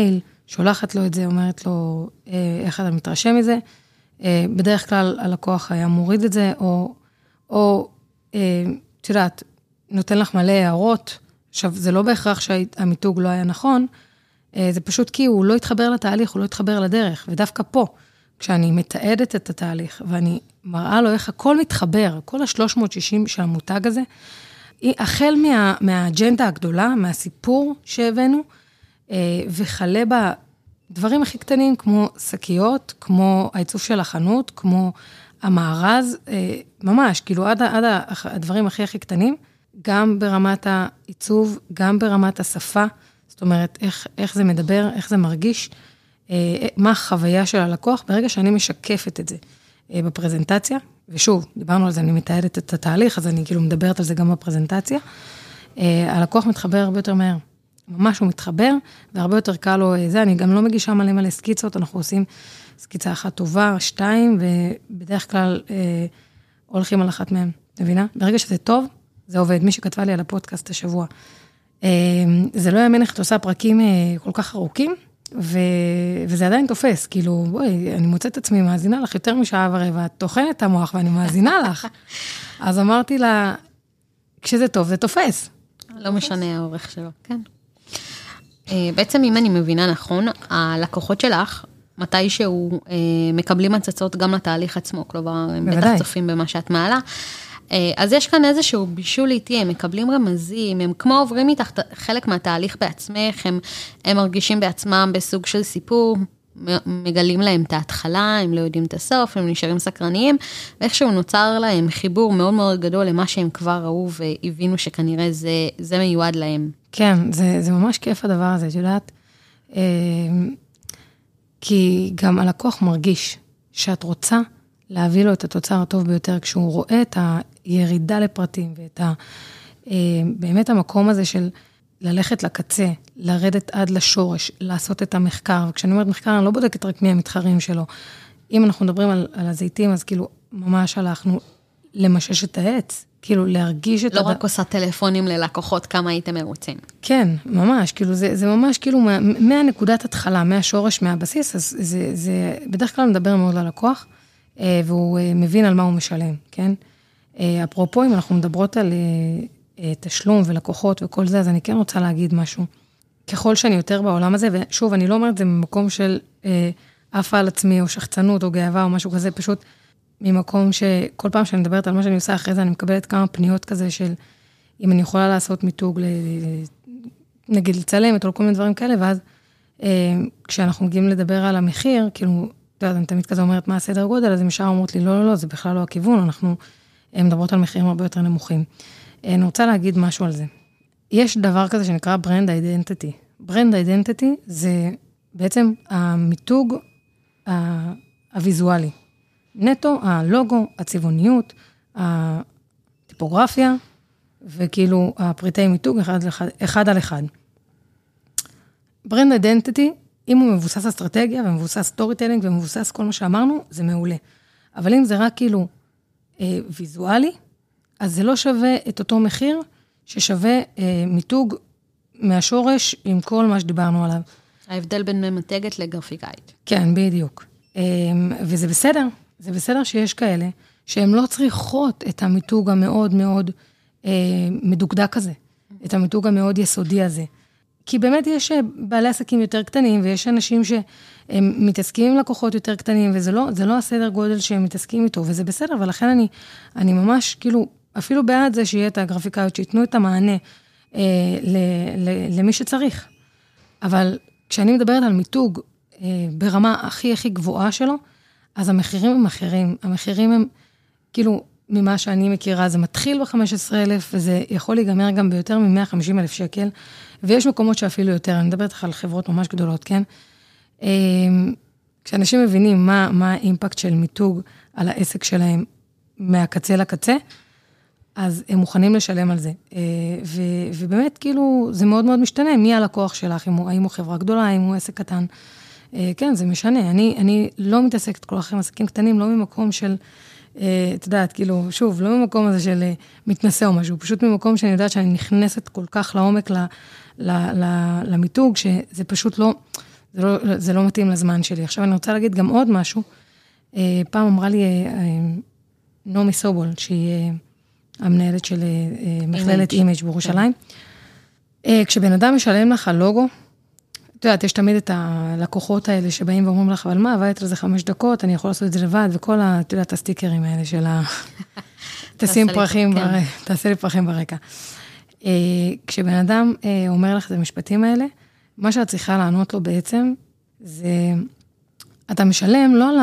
שולחת לו את זה, אומרת לו, איך אתה מתרשם מזה, בדרך כלל הלקוח היה מוריד את זה, או תדעת, נותן לך מלא הערות, עכשיו, זה לא בהכרח שהמיתוג לא היה נכון, זה פשוט כי הוא לא התחבר לתהליך, הוא לא התחבר לדרך, ודווקא פה, כשאני מתעדת את התהליך, ואני מראה לו איך הכל מתחבר, כל ה-360 של המותג הזה, החל מהאג'נדה הגדולה, מהסיפור שהבאנו, וחלה בדברים הכי קטנים, כמו שקיות, כמו העיצוב של החנות, כמו המארז, ממש, כאילו עד הדברים הכי קטנים, גם ברמת העיצוב, גם ברמת השפה, זאת אומרת, איך זה מדבר, איך זה מרגיש, מה החוויה של הלקוח, ברגע שאני משקפת את זה בפרזנטציה, ושוב, דיברנו על זה, אני מתעדת את התהליך, אז אני כאילו מדברת על זה גם בפרזנטציה, הלקוח מתחבר הרבה יותר מהר, ממש הוא מתחבר, והרבה יותר קל לו זה, אני גם לא מגישה מלא סקיצות, אנחנו עושים סקיצה אחת טובה, 2, ובדרך כלל הולכים על אחת מהם, מבינה? ברגע שזה טוב, זה עובד, מי שכתבה לי על הפודקאסט השבוע, זה לא יאמן איך את עושה פרקים כל כך ארוכים, וזה עדיין תופס, כאילו, בואי, אני מוצאת עצמי, מאזינה לך יותר משעה ורבע, את טוחנת את המוח ואני מאזינה לך. אז אמרתי לה, כשזה טוב, זה תופס. לא משנה האורך שלו, כן. בעצם אם אני מבינה נכון, הלקוחות שלך, מתישהו מקבלים הצצות גם לתהליך עצמו, כלומר, הם בטח צופים במה שאת מעלה, אז יש כאן איזשהו בישול איתי, הם מקבלים רמזים, הם כמו עוברים איתך חלק מהתהליך בעצמך, הם מרגישים בעצמם בסוג של סיפור, מגלים להם את ההתחלה, הם לא יודעים את הסוף, הם נשארים סקרניים, ואיכשהו נוצר להם חיבור מאוד מאוד גדול למה שהם כבר ראו, והבינו שכנראה זה מיועד להם. כן, זה ממש כיף הדבר הזה, את יודעת, כי גם הלקוח מרגיש שאת רוצה להביא לו את התוצר הטוב ביותר, כשהוא רואה את הירידה לפרטים, ואת באמת המקום הזה של ללכת לקצה, לרדת עד לשורש, לעשות את המחקר, וכשאני אומרת מחקר, אני לא בודקת רק מי המתחרים שלו. אם אנחנו מדברים על הזיתים, אז כאילו ממש הלכנו למשש את העץ, כאילו להרגיש את... לא רק עושה טלפונים ללקוחות, כמה הייתם מרוצים. כן, ממש, כאילו זה ממש כאילו מהנקודת התחלה, מהשורש, מהבסיס, אז זה בדרך כלל מדבר מאוד ללקוח, והוא מבין על מה הוא משלם, כן? אפרופו, אם אנחנו מדברות על תשלום ולקוחות וכל זה, אז אני כן רוצה להגיד משהו. ככל שאני יותר בעולם הזה, ושוב, אני לא אומרת זה ממקום של אף על עצמי, או שחצנות, או גאווה, או משהו כזה, פשוט ממקום שכל פעם שאני מדברת על מה שאני עושה אחרי זה, אני מקבלת כמה פניות כזה של, אם אני יכולה לעשות מיתוג, נגיד לצלם, או כל מיני דברים כאלה, ואז כשאנחנו מגיעים לדבר על המחיר, כאילו, אני תמיד כזה אומרת מה הסדר גודל, אז הם ישר אומרות לי, לא, זה בכלל לא הכיוון, אנחנו מדברות על מחירים הרבה יותר נמוכים. אני רוצה להגיד משהו על זה. יש דבר כזה שנקרא ברנד אידנטיטי. ברנד אידנטיטי זה בעצם המיתוג הוויזואלי. נטו, הלוגו, הצבעוניות, הטיפוגרפיה, וכאילו הפריטי מיתוג אחד על אחד. ברנד אידנטיטי, אם הוא מבוסס אסטרטגיה, ומבוסס סטורי טיילינג, ומבוסס כל מה שאמרנו, זה מעולה. אבל אם זה רק כאילו ויזואלי, אז זה לא שווה את אותו מחיר, ששווה מיתוג מהשורש, עם כל מה שדיברנו עליו. ההבדל בין ממתגת לגרפיקאית. כן, בדיוק. וזה בסדר, זה בסדר שיש כאלה, שהן לא צריכות את המיתוג המאוד מאוד מדוקדק הזה, את המיתוג המאוד יסודי הזה. כי באמת יש בעלי עסקים יותר קטנים, ויש אנשים שהם מתעסקים עם לקוחות יותר קטנים, וזה לא הסדר גודל שהם מתעסקים איתו, וזה בסדר, ולכן אני ממש כאילו, אפילו בעד זה שיהיה את הגרפיקאיות, שיתנו את המענה למי שצריך. אבל כשאני מדברת על מיתוג ברמה הכי גבוהה שלו, אז המחירים הם אחרים. המחירים הם, כאילו, ממה שאני מכירה, זה מתחיל ב-15,000, וזה יכול להיגמר גם ביותר מ-150,000 שקל, ויש מקומות שאפילו יותר, אני מדברת לך על חברות ממש גדולות, כן? כשאנשים מבינים מה האימפקט של מיתוג על העסק שלהם מהקצה לקצה, אז הם מוכנים לשלם על זה. ובאמת, כאילו, זה מאוד מאוד משתנה, מי הלקוח שלך, האם הוא חברה גדולה, האם הוא עסק קטן. כן, זה משנה. אני לא מתעסקת כל כך עם עסקים קטנים, לא ממקום של, את יודעת, כאילו, שוב, לא ממקום הזה של מתנסה או משהו, פשוט ממקום שאני יודעת שאני נכנסת כל כך לעומק למיתוג, שזה פשוט לא, זה לא מתאים לזמן שלי. עכשיו אני רוצה להגיד גם עוד משהו, פעם אמרה לי נעמי סובול, שהיא המנהלת של מכללת אימג' בירושלים, כשבן אדם משלם לך על לוגו, את יודעת, יש תמיד את הלקוחות האלה שבאים ואומרים לך, אבל מה, עבדת על זה 5 דקות, אני יכול לעשות את זה לבד, וכל את יודעת, הסטיקרים האלה של תשים פרחים, תעשה לי פרחים ברקע. כשבן אדם אומר לך את המשפטים האלה, מה שאת צריכה לענות לו בעצם, זה, אתה משלם לא על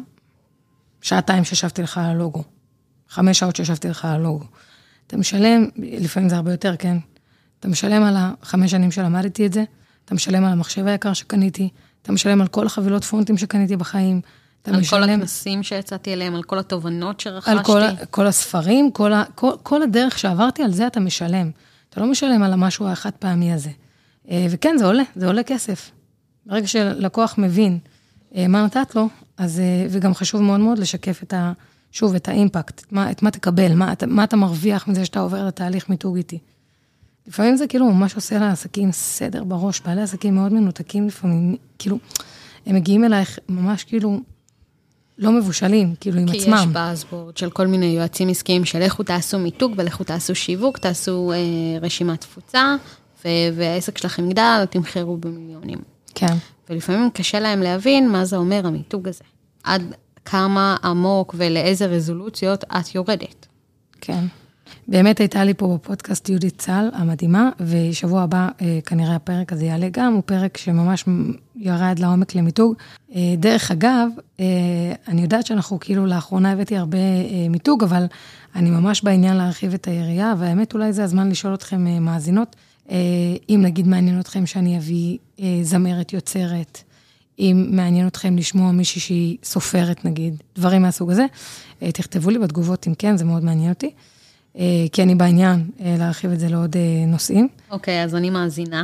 השעתיים שישבתי לך על הלוגו, 5 שעות שישבתי לך על הלוגו. אתה משלם, לפעמים זה הרבה יותר, כן? אתה משלם על 5 שנים שלמדתי את זה, אתה משלם על המחשב היקר שקניתי, אתה משלם על כל החבילות פונטים שקניתי בחיים, על כל הכנסים שיצאתי אליהם, על כל התובנות שרכשתי. על כל הספרים, כל הדרך שעברתי, על זה אתה משלם. אתה לא משלם על המשהו האחד פעמי הזה. וכן, זה עולה כסף. ברגע שלקוח מבין מה נתת לו, אז, וגם חשוב מאוד מאוד לשקף שוב, את האימפקט, את מה תקבל, מה אתה מרוויח מזה שאתה עובר לתהליך מיתוג איתי. לפעמים זה כאילו ממש עושה לעסקים סדר בראש, בעלי עסקים מאוד מנותקים לפעמים, כאילו, הם מגיעים אלייך ממש כאילו לא מבושלים, כאילו עם עצמם. כי יש באזבורד של כל מיני יועצים עסקיים של לכו תעשו מיתוג ולכו תעשו שיווק, תעשו רשימת תפוצה, והעסק שלכם גדל, תמחרו במיליונים. כן. ולפעמים קשה להם להבין מה זה אומר המיתוג הזה. עד כמה עמוק ולאיזה רזולוציות את יורדת. כן. באמת הייתה לי פה בפודקאסט יהודית צל, המדהימה, ושבוע הבא כנראה הפרק הזה יעלה גם, הוא פרק שממש ירד לעומק למיתוג. דרך אגב, אני יודעת שאנחנו כאילו לאחרונה הבאתי הרבה מיתוג, אבל אני ממש בעניין להרחיב את היריעה, והאמת אולי זה הזמן לשאול אתכם מאזינות, אם נגיד מעניין אתכם שאני אביא זמרת יוצרת, אם מעניין אתכם לשמוע מישהי שהיא סופרת נגיד, דברים מהסוג הזה, תכתבו לי בתגובות אם כן, זה מאוד מעניין אותי. כי אני בעניין להרחיב את זה לעוד נושאים. אוקיי, אז אני מאזינה,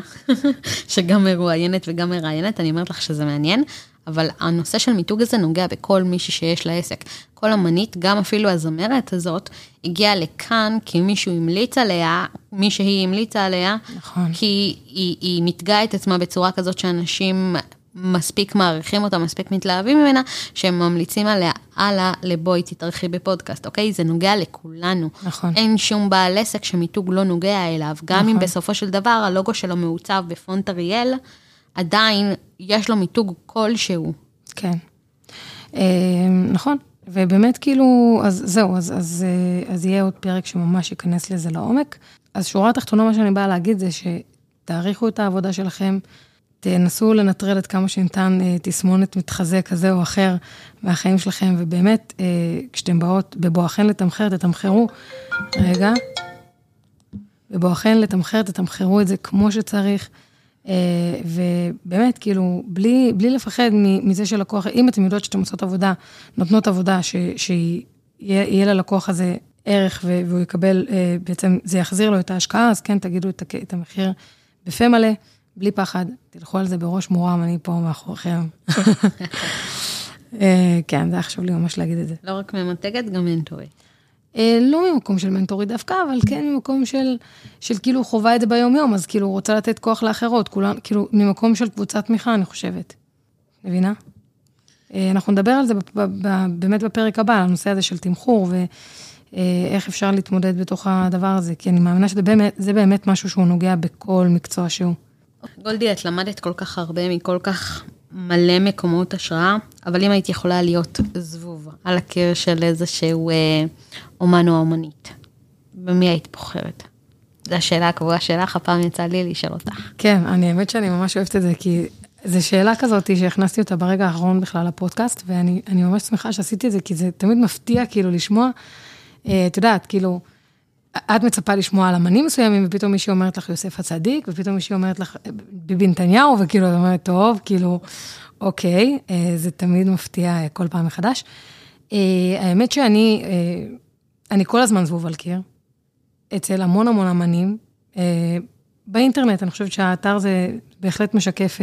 שגם מרואיינת וגם מראיינת, אני אומרת לך שזה מעניין, אבל הנושא של מיתוג הזה נוגע בכל מישהו שיש לה עסק. כל אמנית, גם אפילו הזמרת הזאת, הגיעה לכאן כי מישהו המליץ עליה, מי שהיא המליצה עליה, נכון. כי היא מתגעה את עצמה בצורה כזאת שאנשים מספיק מעריכים אותה, מספיק מתלהבים ממנה, שהם ממליצים עליה, הלאה, לבואי תתארחי בפודקאסט, אוקיי? זה נוגע לכולנו. נכון. אין שום בעל עסק שמיתוג לא נוגע אליו, גם נכון. אם בסופו של דבר הלוגו שלו מעוצב בפונט אריאל, עדיין יש לו מיתוג כלשהו. כן. נכון. ובאמת כאילו, אז זהו, אז יהיה עוד פרק שממש ייכנס לזה לעומק. אז שורה התחתונה, מה שאני באה להגיד זה שתאריכו את העבודה שלכם, תנסו לנטרל את כמה שניתן תסמונת מתחזה כזה או אחר מהחיים שלכם, ובאמת, כשאתם באות בבואכן לתמחר, תתמחרו, רגע, בבואכן לתמחר, תתמחרו את זה כמו שצריך, ובאמת, כאילו, בלי לפחד מזה של לקוח, אם אתם יודעות שאתם עושות עבודה, נותנות עבודה שיהיה ללקוח הזה ערך, והוא יקבל, בעצם זה יחזיר לו את ההשקעה, אז כן, תגידו את המחיר בפה מלא, בלי פחד, תלכו על זה בראש מורם, אני פה מאחוריכם. כן, זה חשוב לי ממש להגיד את זה. לא רק ממתגת, גם מנטורית. לא ממקום של מנטורית דווקא, אבל כן ממקום של כאילו חובה את זה ביום יום, אז כאילו רוצה לתת כוח לאחרות, כאילו ממקום של קבוצת תמיכה, אני חושבת. מבינה? אנחנו נדבר על זה באמת בפרק הבא, על הנושא הזה של תמחור, ואיך אפשר להתמודד בתוך הדבר הזה, כי אני מאמינה שזה באמת משהו שהוא נוגע בכל מקצוע שהוא. גולדי, את למדת כל כך הרבה מכל כך מלא מקומות השראה, אבל אם היית יכולה להיות זבוב על הקיר של איזשהו אומן או אומנית, במי היית בוחרת? זו השאלה הקבועה שלך, הפעם יצא לי לשאול אותך. כן, האמת שאני ממש אוהבת את זה, כי זו שאלה כזאת שהכנסתי אותה ברגע האחרון בכלל לפודקאסט, ואני ממש שמחה שעשיתי את זה, כי זה תמיד מפתיע כאילו לשמוע, את יודעת, כאילו, את מצפה לשמוע על אמנים מסוימים, ופתאום מישהי אומרת לך יוסף הצדיק, ופתאום מישהי אומרת לך ביבי נתניהו, וכאילו את אומרת, טוב, כאילו, אוקיי, זה תמיד מפתיע כל פעם מחדש. האמת שאני כל הזמן זבוב על קיר, אצל המון המון אמנים, באינטרנט, אני חושבת שהאתר זה בהחלט משקף,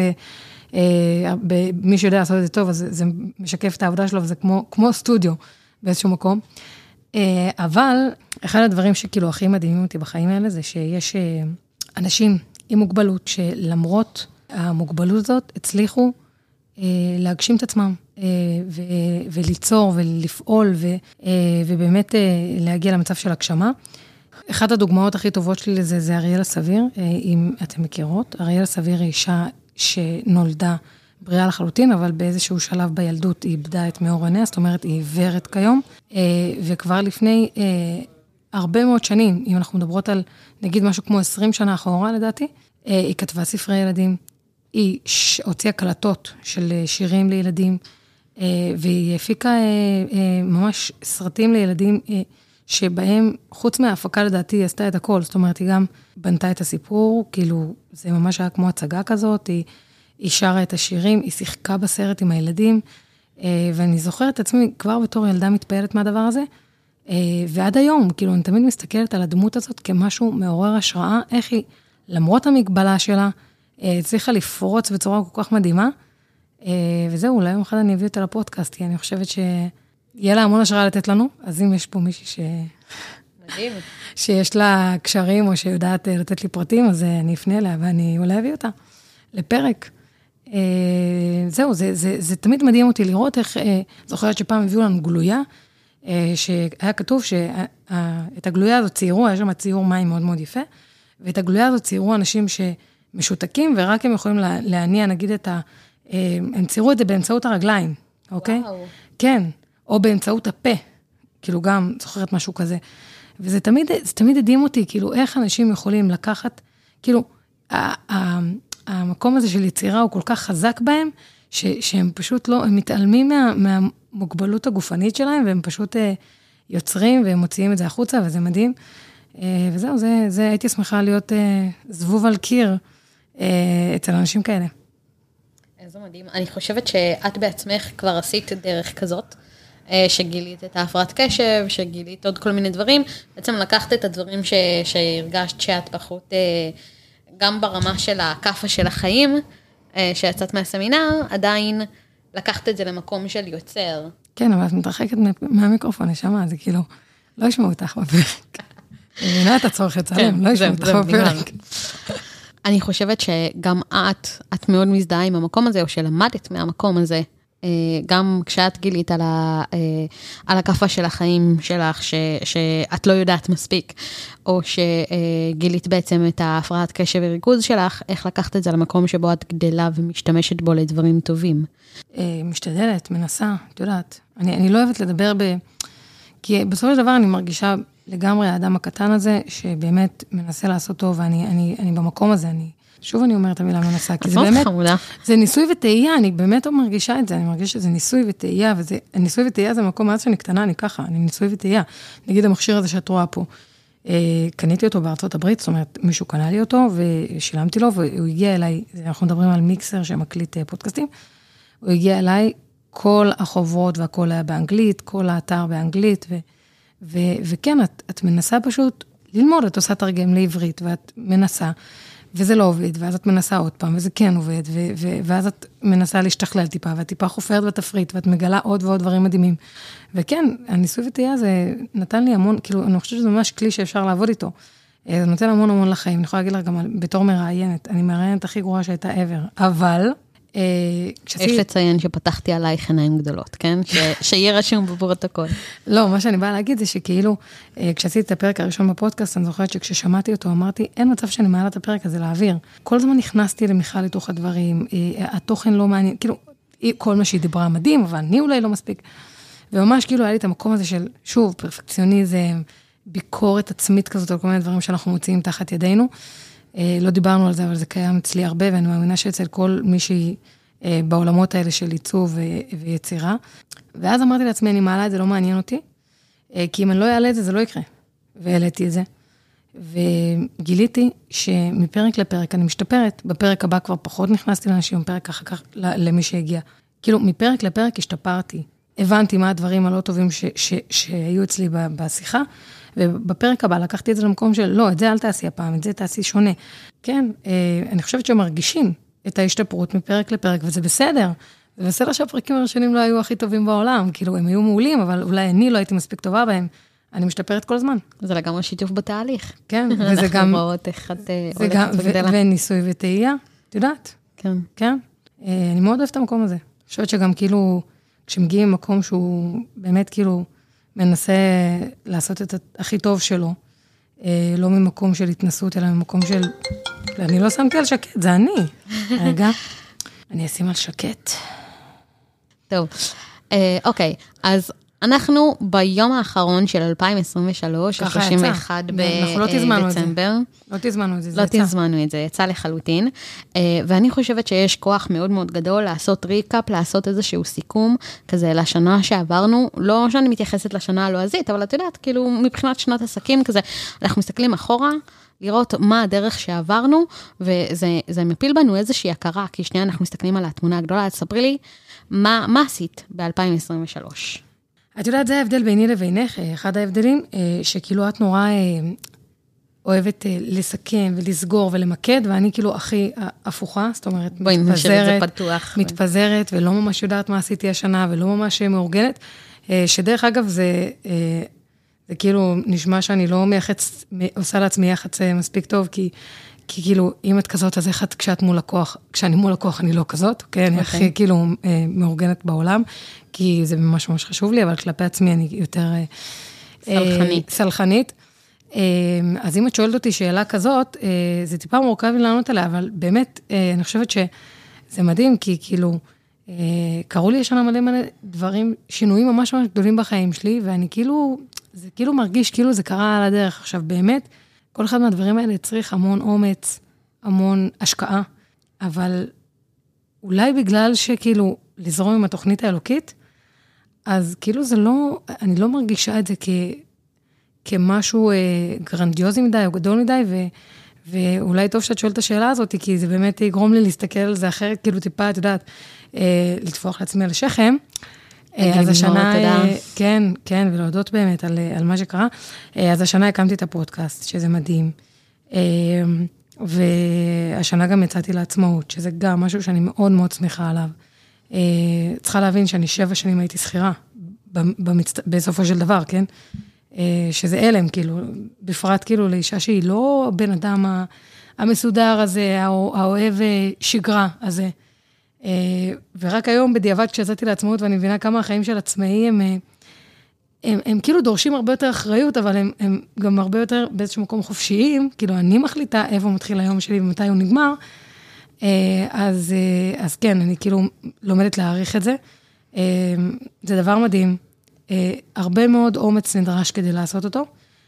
מי שיודע לעשות את זה טוב, אז זה משקף את העבודה שלו, וזה כמו סטודיו באיזשהו מקום. אבל אחד הדברים שכאילו הכי מדהימים אותי בחיים האלה, זה שיש אנשים עם מוגבלות שלמרות המוגבלות הזאת הצליחו להגשים את עצמם, וליצור ולפעול, ובאמת להגיע למצב של הגשמה. אחת הדוגמאות הכי טובות שלי לזה, זה אריאלה סביר, אם אתם מכירות. אריאלה סביר היא אישה שנולדה בריאה לחלוטין, אבל באיזשהו שלב בילדות היא איבדה את מאור עיניה, זאת אומרת, היא עיוורת כיום, וכבר לפני הרבה מאוד שנים, אם אנחנו מדברות על, נגיד משהו כמו 20 שנה אחורה, לדעתי, היא כתבה ספרי ילדים, היא הוציאה קלטות של שירים לילדים, והיא הפיקה ממש סרטים לילדים, שבהם, חוץ מההפקה לדעתי, היא עשתה את הכל, זאת אומרת, היא גם בנתה את הסיפור, כאילו, זה ממש היה כמו הצגה כזאת, היא שרה את השירים, היא שיחקה בסרט עם הילדים, ואני זוכרת את עצמי כבר בתור ילדה מתפעלת מהדבר הזה, ועד היום, כאילו, אני תמיד מסתכלת על הדמות הזאת כמשהו מעורר השראה, איך היא, למרות המגבלה שלה, הצליחה לפרוץ בצורה כל כך מדהימה, וזהו, אולי יום אחד אני אביא אותה לפודקאסט, כי אני חושבת שיהיה לה המון השראה לתת לנו, אז אם יש פה מישהי מדהים. שיש לה קשרים, או שיודעת לתת לי פרטים, אז אני אפנה אליה, ואני אולי אביא אותה לפרק. זהו, זה תמיד מדהים אותי לראות איך, זוכרת שפעם הביאו לנו גלויה, שהיה כתוב שאת הגלויה הזאת ציירו, היה שם ציור מים מאוד מאוד יפה, ואת הגלויה הזאת ציירו אנשים שמשותקים, ורק הם יכולים להניע, נגיד הם ציירו את זה באמצעות הרגליים, אוקיי? וואו. כן, או באמצעות הפה, כאילו גם זוכרת משהו כזה. וזה תמיד הדהים אותי, כאילו איך אנשים יכולים לקחת, כאילו, המקום הזה של יצירה הוא כל כך חזק בהם, שהם פשוט לא, הם מתעלמים מהמוגבלות הגופנית שלהם, והם פשוט יוצרים והם מוציאים את זה החוצה, וזה מדהים. וזהו, זה הייתי שמחה להיות זבוב על קיר אצל אנשים כאלה. איזה מדהים. אני חושבת שאת בעצמך כבר עשית דרך כזאת, שגילית את ההפרעת קשב, שגילית עוד כל מיני דברים, בעצם לקחת את הדברים שהרגשת שאת פחות, גם ברמה של הכאפה של החיים, שיצאת מהסמינר, עדיין לקחת את זה למקום של יוצר. כן, אבל את מתרחקת מהמיקרופון, נשמה, זה כאילו, לא ישמעו אותך בפרק. אני מבינה את הצורך לצלם, לא ישמעו אותך בפרק. אני חושבת שגם את מאוד מזדהה עם המקום הזה, או שלמדת מהמקום הזה, גם כשאת גילית על הכפה של החיים שלך, שאת לא יודעת מספיק, או שגילית בעצם את ההפרעת קשב וריכוז שלך, איך לקחת את זה למקום שבו את גדלה ומשתמשת בו לדברים טובים? משתדלת, מנסה, את יודעת. אני לא אוהבת לדבר כי בסופו של דבר אני מרגישה לגמרי האדם הקטן הזה, שבאמת מנסה לעשות טוב, ואני במקום הזה, שוב אני אומרת המילה מנסה, כי זה באמת, זה ניסוי וטעייה, אני באמת מרגישה את זה, אני מרגישה שזה ניסוי וטעייה, ניסוי וטעייה זה מקום מאז שאני קטנה, אני ככה, אני ניסוי וטעייה. נגיד המכשיר הזה שאת רואה פה, קניתי אותו בארצות הברית, זאת אומרת, מישהו קנה לי אותו, ושילמתי לו, והוא הגיע אליי, אנחנו מדברים על מיקסר שמקליט פודקאסטים, הוא הגיע אליי, כל החוברות והכל היה באנגלית, כל האתר באנגלית, וכן, את מנסה פשוט ללמוד, את עושה תרגם לעברית, ואת מנסה, וזה לא עובד, ואז את מנסה עוד פעם, וזה כן עובד, ואז את מנסה להשתכלל טיפה, והטיפה חופרת בתפריט, ואת מגלה עוד ועוד דברים מדהימים. וכן, הניסוי וטעייה זה נתן לי המון, כאילו, אני חושבת שזה ממש כלי שאפשר לעבוד איתו. זה נותן המון לחיים, אני יכולה להגיד לך גם בתור מראיינת, אני מראיינת הכי גרועה שהייתה ever, אבל יש לציין שפתחתי עלייך עיניים גדולות, כן? שיהיה רשום בפרוטוקול. לא, מה שאני באה להגיד זה שכאילו, כשעשיתי את הפרק הראשון בפודקאסט, אני זוכרת שכששמעתי אותו, אמרתי, אין מצב שאני מעלה את הפרק הזה לאוויר. כל הזמן נכנסתי למיכל לתוך הדברים, התוכן לא מעניין, כאילו, כל מה שהיא דיברה מדהים, אבל אני אולי לא מספיק. וממש כאילו היה לי את המקום הזה של, שוב, פרפקציוניזם, ביקורת עצמית כזאת, על כל מיני דברים שאנחנו מוציאים תחת ידינו. לא דיברנו על זה, אבל זה קיים אצלי הרבה, ואני מאמינה שאצל כל מישהי בעולמות האלה של עיצוב ויצירה. ואז אמרתי לעצמי, אני מעלה את זה, לא מעניין אותי, כי אם אני לא אעלה את זה, זה לא יקרה. והעליתי את זה. וגיליתי שמפרק לפרק אני משתפרת. בפרק הבא כבר פחות נכנסתי לאנשים, פרק אחר כך למי שהגיע. כאילו, מפרק לפרק השתפרתי. הבנתי מה הדברים הלא טובים שהיו אצלי בשיחה, ובפרק הבא לקחתי את זה למקום של, לא, את זה אל תעשי הפעם, את זה תעשי שונה. כן, אני חושבת שמרגישים את ההשתפרות מפרק לפרק, וזה בסדר. זה בסדר שהפרקים הראשונים לא היו הכי טובים בעולם, כאילו הם היו מעולים, אבל אולי אני לא הייתי מספיק טובה בהם. אני משתפרת כל הזמן. זה לגמרי שיתוף בתהליך. כן, וזה גם, אנחנו רואות איך את הולכת וגדלה. וניסוי וטעייה, את יודעת. כן. כן? אני מאוד אוהבת את המקום הזה. אני חושבת שגם כאילו, כשמגיעים ממקום שהוא באמת כאילו מנסה לעשות את הכי טוב שלו, לא ממקום של התנסות, אלא ממקום של... אני לא שמתי על שקט, זה אני. רגע, אני אשים על שקט. טוב, אוקיי, אז אנחנו ביום האחרון של 2023, ה-31 בדצמבר. לא תזמנו את זה, לא תזמנו את זה, יצא לחלוטין. ואני חושבת שיש כוח מאוד מאוד גדול לעשות ריקאפ, לעשות איזשהו סיכום כזה לשנה שעברנו. לא שאני מתייחסת לשנה הלועזית, אבל את יודעת, כאילו מבחינת שנת עסקים כזה, אנחנו מסתכלים אחורה, לראות מה הדרך שעברנו, וזה מפיל בנו איזושהי הכרה, כי שנייה אנחנו מסתכלים על התמונה הגדולה, תספרי לי, מה עשית ב-2023? את יודעת, זה ההבדל ביני לבינך, אחד ההבדלים, שכאילו את נורא אוהבת לסכם ולסגור ולמקד, ואני כאילו הכי הפוכה, זאת אומרת, מתפזרת, ולא ממש יודעת מה עשיתי השנה, ולא ממש מאורגנת, שדרך אגב זה כאילו נשמע שאני לא עושה לעצמי יחץ מספיק טוב, כי כאילו, אם את כזאת, אז איך את כשאת מול לקוח, כשאני מול לקוח אני לא כזאת, אוקיי? אני הכי כאילו מאורגנת בעולם, כי זה ממש ממש חשוב לי, אבל כלפי עצמי אני יותר סלחנית. אז אם את שואלת אותי שאלה כזאת, זה טיפה מורכב לי לענות עליה, אבל באמת, אני חושבת שזה מדהים, כי כאילו, קראו לי ישנה מלא מלא דברים, שינויים ממש ממש גדולים בחיים שלי, ואני כאילו, זה כאילו מרגיש כאילו זה קרה על הדרך. עכשיו באמת, כל אחד מהדברים האלה צריך המון אומץ, המון השקעה, אבל אולי בגלל שכאילו לזרום עם התוכנית האלוקית, אז כאילו זה לא, אני לא מרגישה את זה כמשהו גרנדיוזי מדי או גדול מדי, ואולי טוב שאת שואלת את השאלה הזאת, כי זה באמת יגרום לי להסתכל על זה אחרת, כאילו טיפה, את יודעת, לטפוח לעצמי על השכם. אז השנה, כן, ולהודות באמת על מה שקרה. אז השנה הקמתי את הפודקאסט, שזה מדהים. והשנה גם יצאתי לעצמאות, שזה גם משהו שאני מאוד מאוד שמחה עליו. צריכה להבין שאני 7 שנים הייתי שכירה, בסופו של דבר, כן? שזה אלם, כאילו, בפרט כאילו לאישה שהיא לא בן אדם המסודר הזה, האוהב שגרה הזה. ורק היום בדיעבד כשיצאתי לעצמאות, ואני מבינה כמה החיים של עצמאי, הם כאילו דורשים הרבה יותר אחריות, אבל הם גם הרבה יותר באיזשהו מקום חופשיים, כאילו אני מחליטה איפה מתחיל היום שלי ומתי הוא נגמר, אז כן, אני כאילו לומדת להעריך את זה. זה דבר מדהים. הרבה מאוד אומץ נדרש כדי לעשות אותו.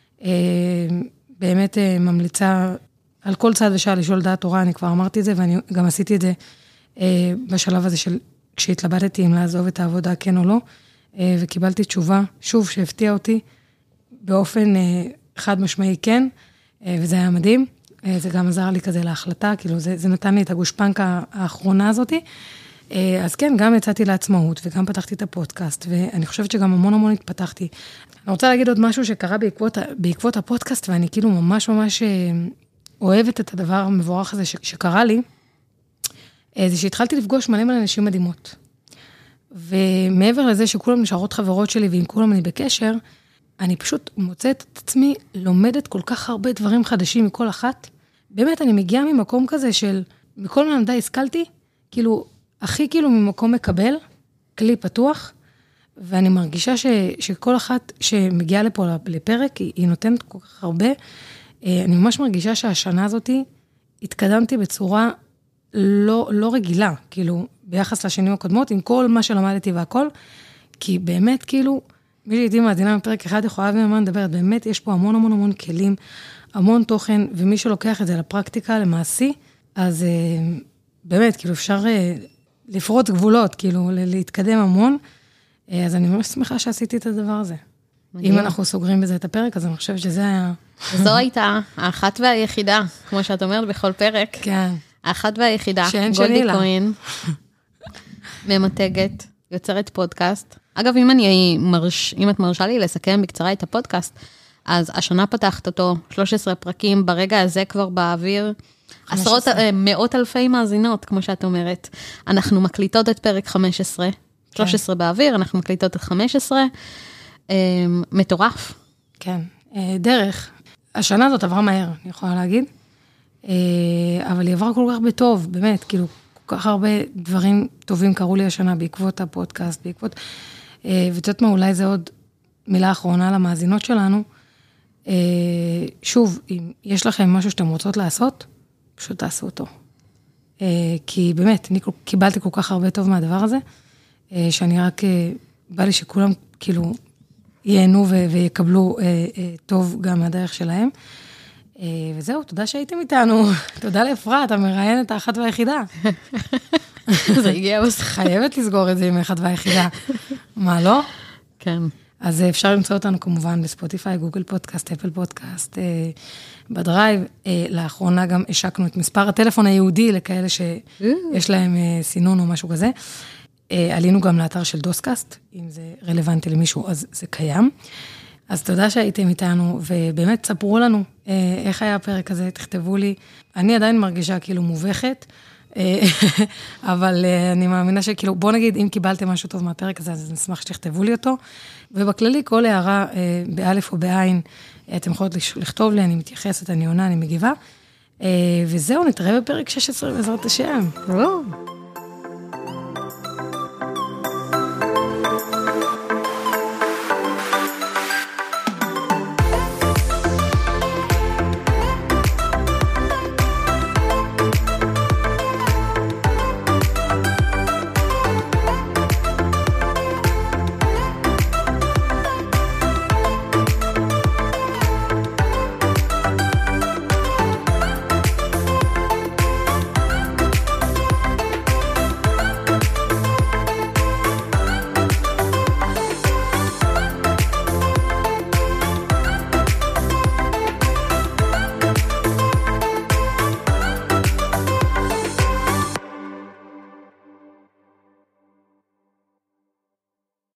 באמת ממליצה על כל צעד ושעה לשאול דעת תורה, אני כבר אמרתי את זה, ואני גם עשיתי את זה בשלב הזה של כשהתלבטתי אם לעזוב את העבודה כן או לא, וקיבלתי תשובה, שוב, שהפתיע אותי באופן חד משמעי כן, וזה היה מדהים. זה גם עזר לי כזה להחלטה, כאילו זה נתן לי את הגושפנקה האחרונה הזאת. אז כן, גם יצאתי לעצמאות, וגם פתחתי את הפודקאסט, ואני חושבת שגם המון המון התפתחתי. אני רוצה להגיד עוד משהו שקרה בעקבות הפודקאסט, ואני כאילו ממש ממש אוהבת את הדבר המבורך הזה שקרה לי, זה שהתחלתי לפגוש מלא מלא אנשים מדהימות. ומעבר לזה שכולם נשארות חברות שלי, ועם כולם אני בקשר, אני פשוט מוצאת את עצמי, לומדת כל כך הרבה דברים חדשים מכל אחת. באמת, אני מגיעה ממקום כזה של, מכל מלמדי השכלתי, כאילו, הכי כאילו ממקום מקבל, כלי פתוח, ואני מרגישה שכל אחת שמגיעה לפה לפרק, היא נותנת כל כך הרבה. אני ממש מרגישה שהשנה הזאת התקדמתי בצורה לא רגילה, כאילו, ביחס לשנים הקודמות, עם כל מה שלמדתי והכל, כי באמת, כאילו, מי שהייתי מאזינה בפרק אחד, יכולה וממה מדברת, באמת יש פה המון המון המון כלים, המון תוכן, ומי שלוקח את זה לפרקטיקה, למעשי, אז באמת, כאילו, אפשר לפרוץ גבולות, כאילו, להתקדם המון, אז אני ממש שמחה שעשיתי את הדבר הזה. אם אנחנו סוגרים בזה את הפרק, אז אני חושבת שזה היה... זו הייתה האחת והיחידה, כמו שאת אומרת בכל פרק. כן. האחת והיחידה, גולדי כהן, ממתגת, יוצרת פודקאסט. אגב, אם את מרשה לי לסכם בקצרה את הפודקאסט, אז השנה פתחת אותו, 13 פרקים, ברגע הזה כבר באוויר, עשרות, מאות אלפי מאזינות, כמו שאת אומרת. אנחנו מקליטות את פרק 15, 13 באוויר, אנחנו מקליטות את 15, מטורף. כן, דרך. השנה הזאת עברה מהר, אני יכולה להגיד. אבל היא עברה כל כך בטוב, באמת, כאילו, כל כל כך הרבה דברים טובים קרו לי השנה בעקבות הפודקאסט, בעקבות, ואת יודעת מה, אולי זה עוד מילה אחרונה למאזינות שלנו, שוב, אם יש לכם משהו שאתם רוצות לעשות, פשוט תעשו אותו. כי באמת, אני קיבלתי כל כך הרבה טוב מהדבר הזה, שאני רק, בא לי שכולם כאילו ייהנו ויקבלו טוב גם מהדרך שלהם. וזהו, תודה שהייתם איתנו. תודה לאפרת, המראיינת האחת והיחידה. זה הגיע בסוף. חייבת לסגור את זה עם האחת והיחידה. מה, לא? כן. אז אפשר למצוא אותנו כמובן בספוטיפיי, גוגל פודקאסט, אפל פודקאסט, בדרייב. לאחרונה גם השקנו את מספר הטלפון היהודי לכאלה שיש להם סינון או משהו כזה. עלינו גם לאתר של דוסקאסט, אם זה רלוונטי למישהו, אז זה קיים. אז תודה שהייתם איתנו, ובאמת ספרו לנו איך היה הפרק הזה, תכתבו לי. אני עדיין מרגישה כאילו מובכת, אבל אני מאמינה שכאילו, בוא נגיד, אם קיבלתם משהו טוב מהפרק הזה, אז נשמח שתכתבו לי אותו. ובכללי, כל הערה באלף או בעין, אתם יכולות לכתוב לי, אני מתייחסת, אני עונה, אני מגיבה. וזהו, נתראה בפרק 16 בעזרת השם.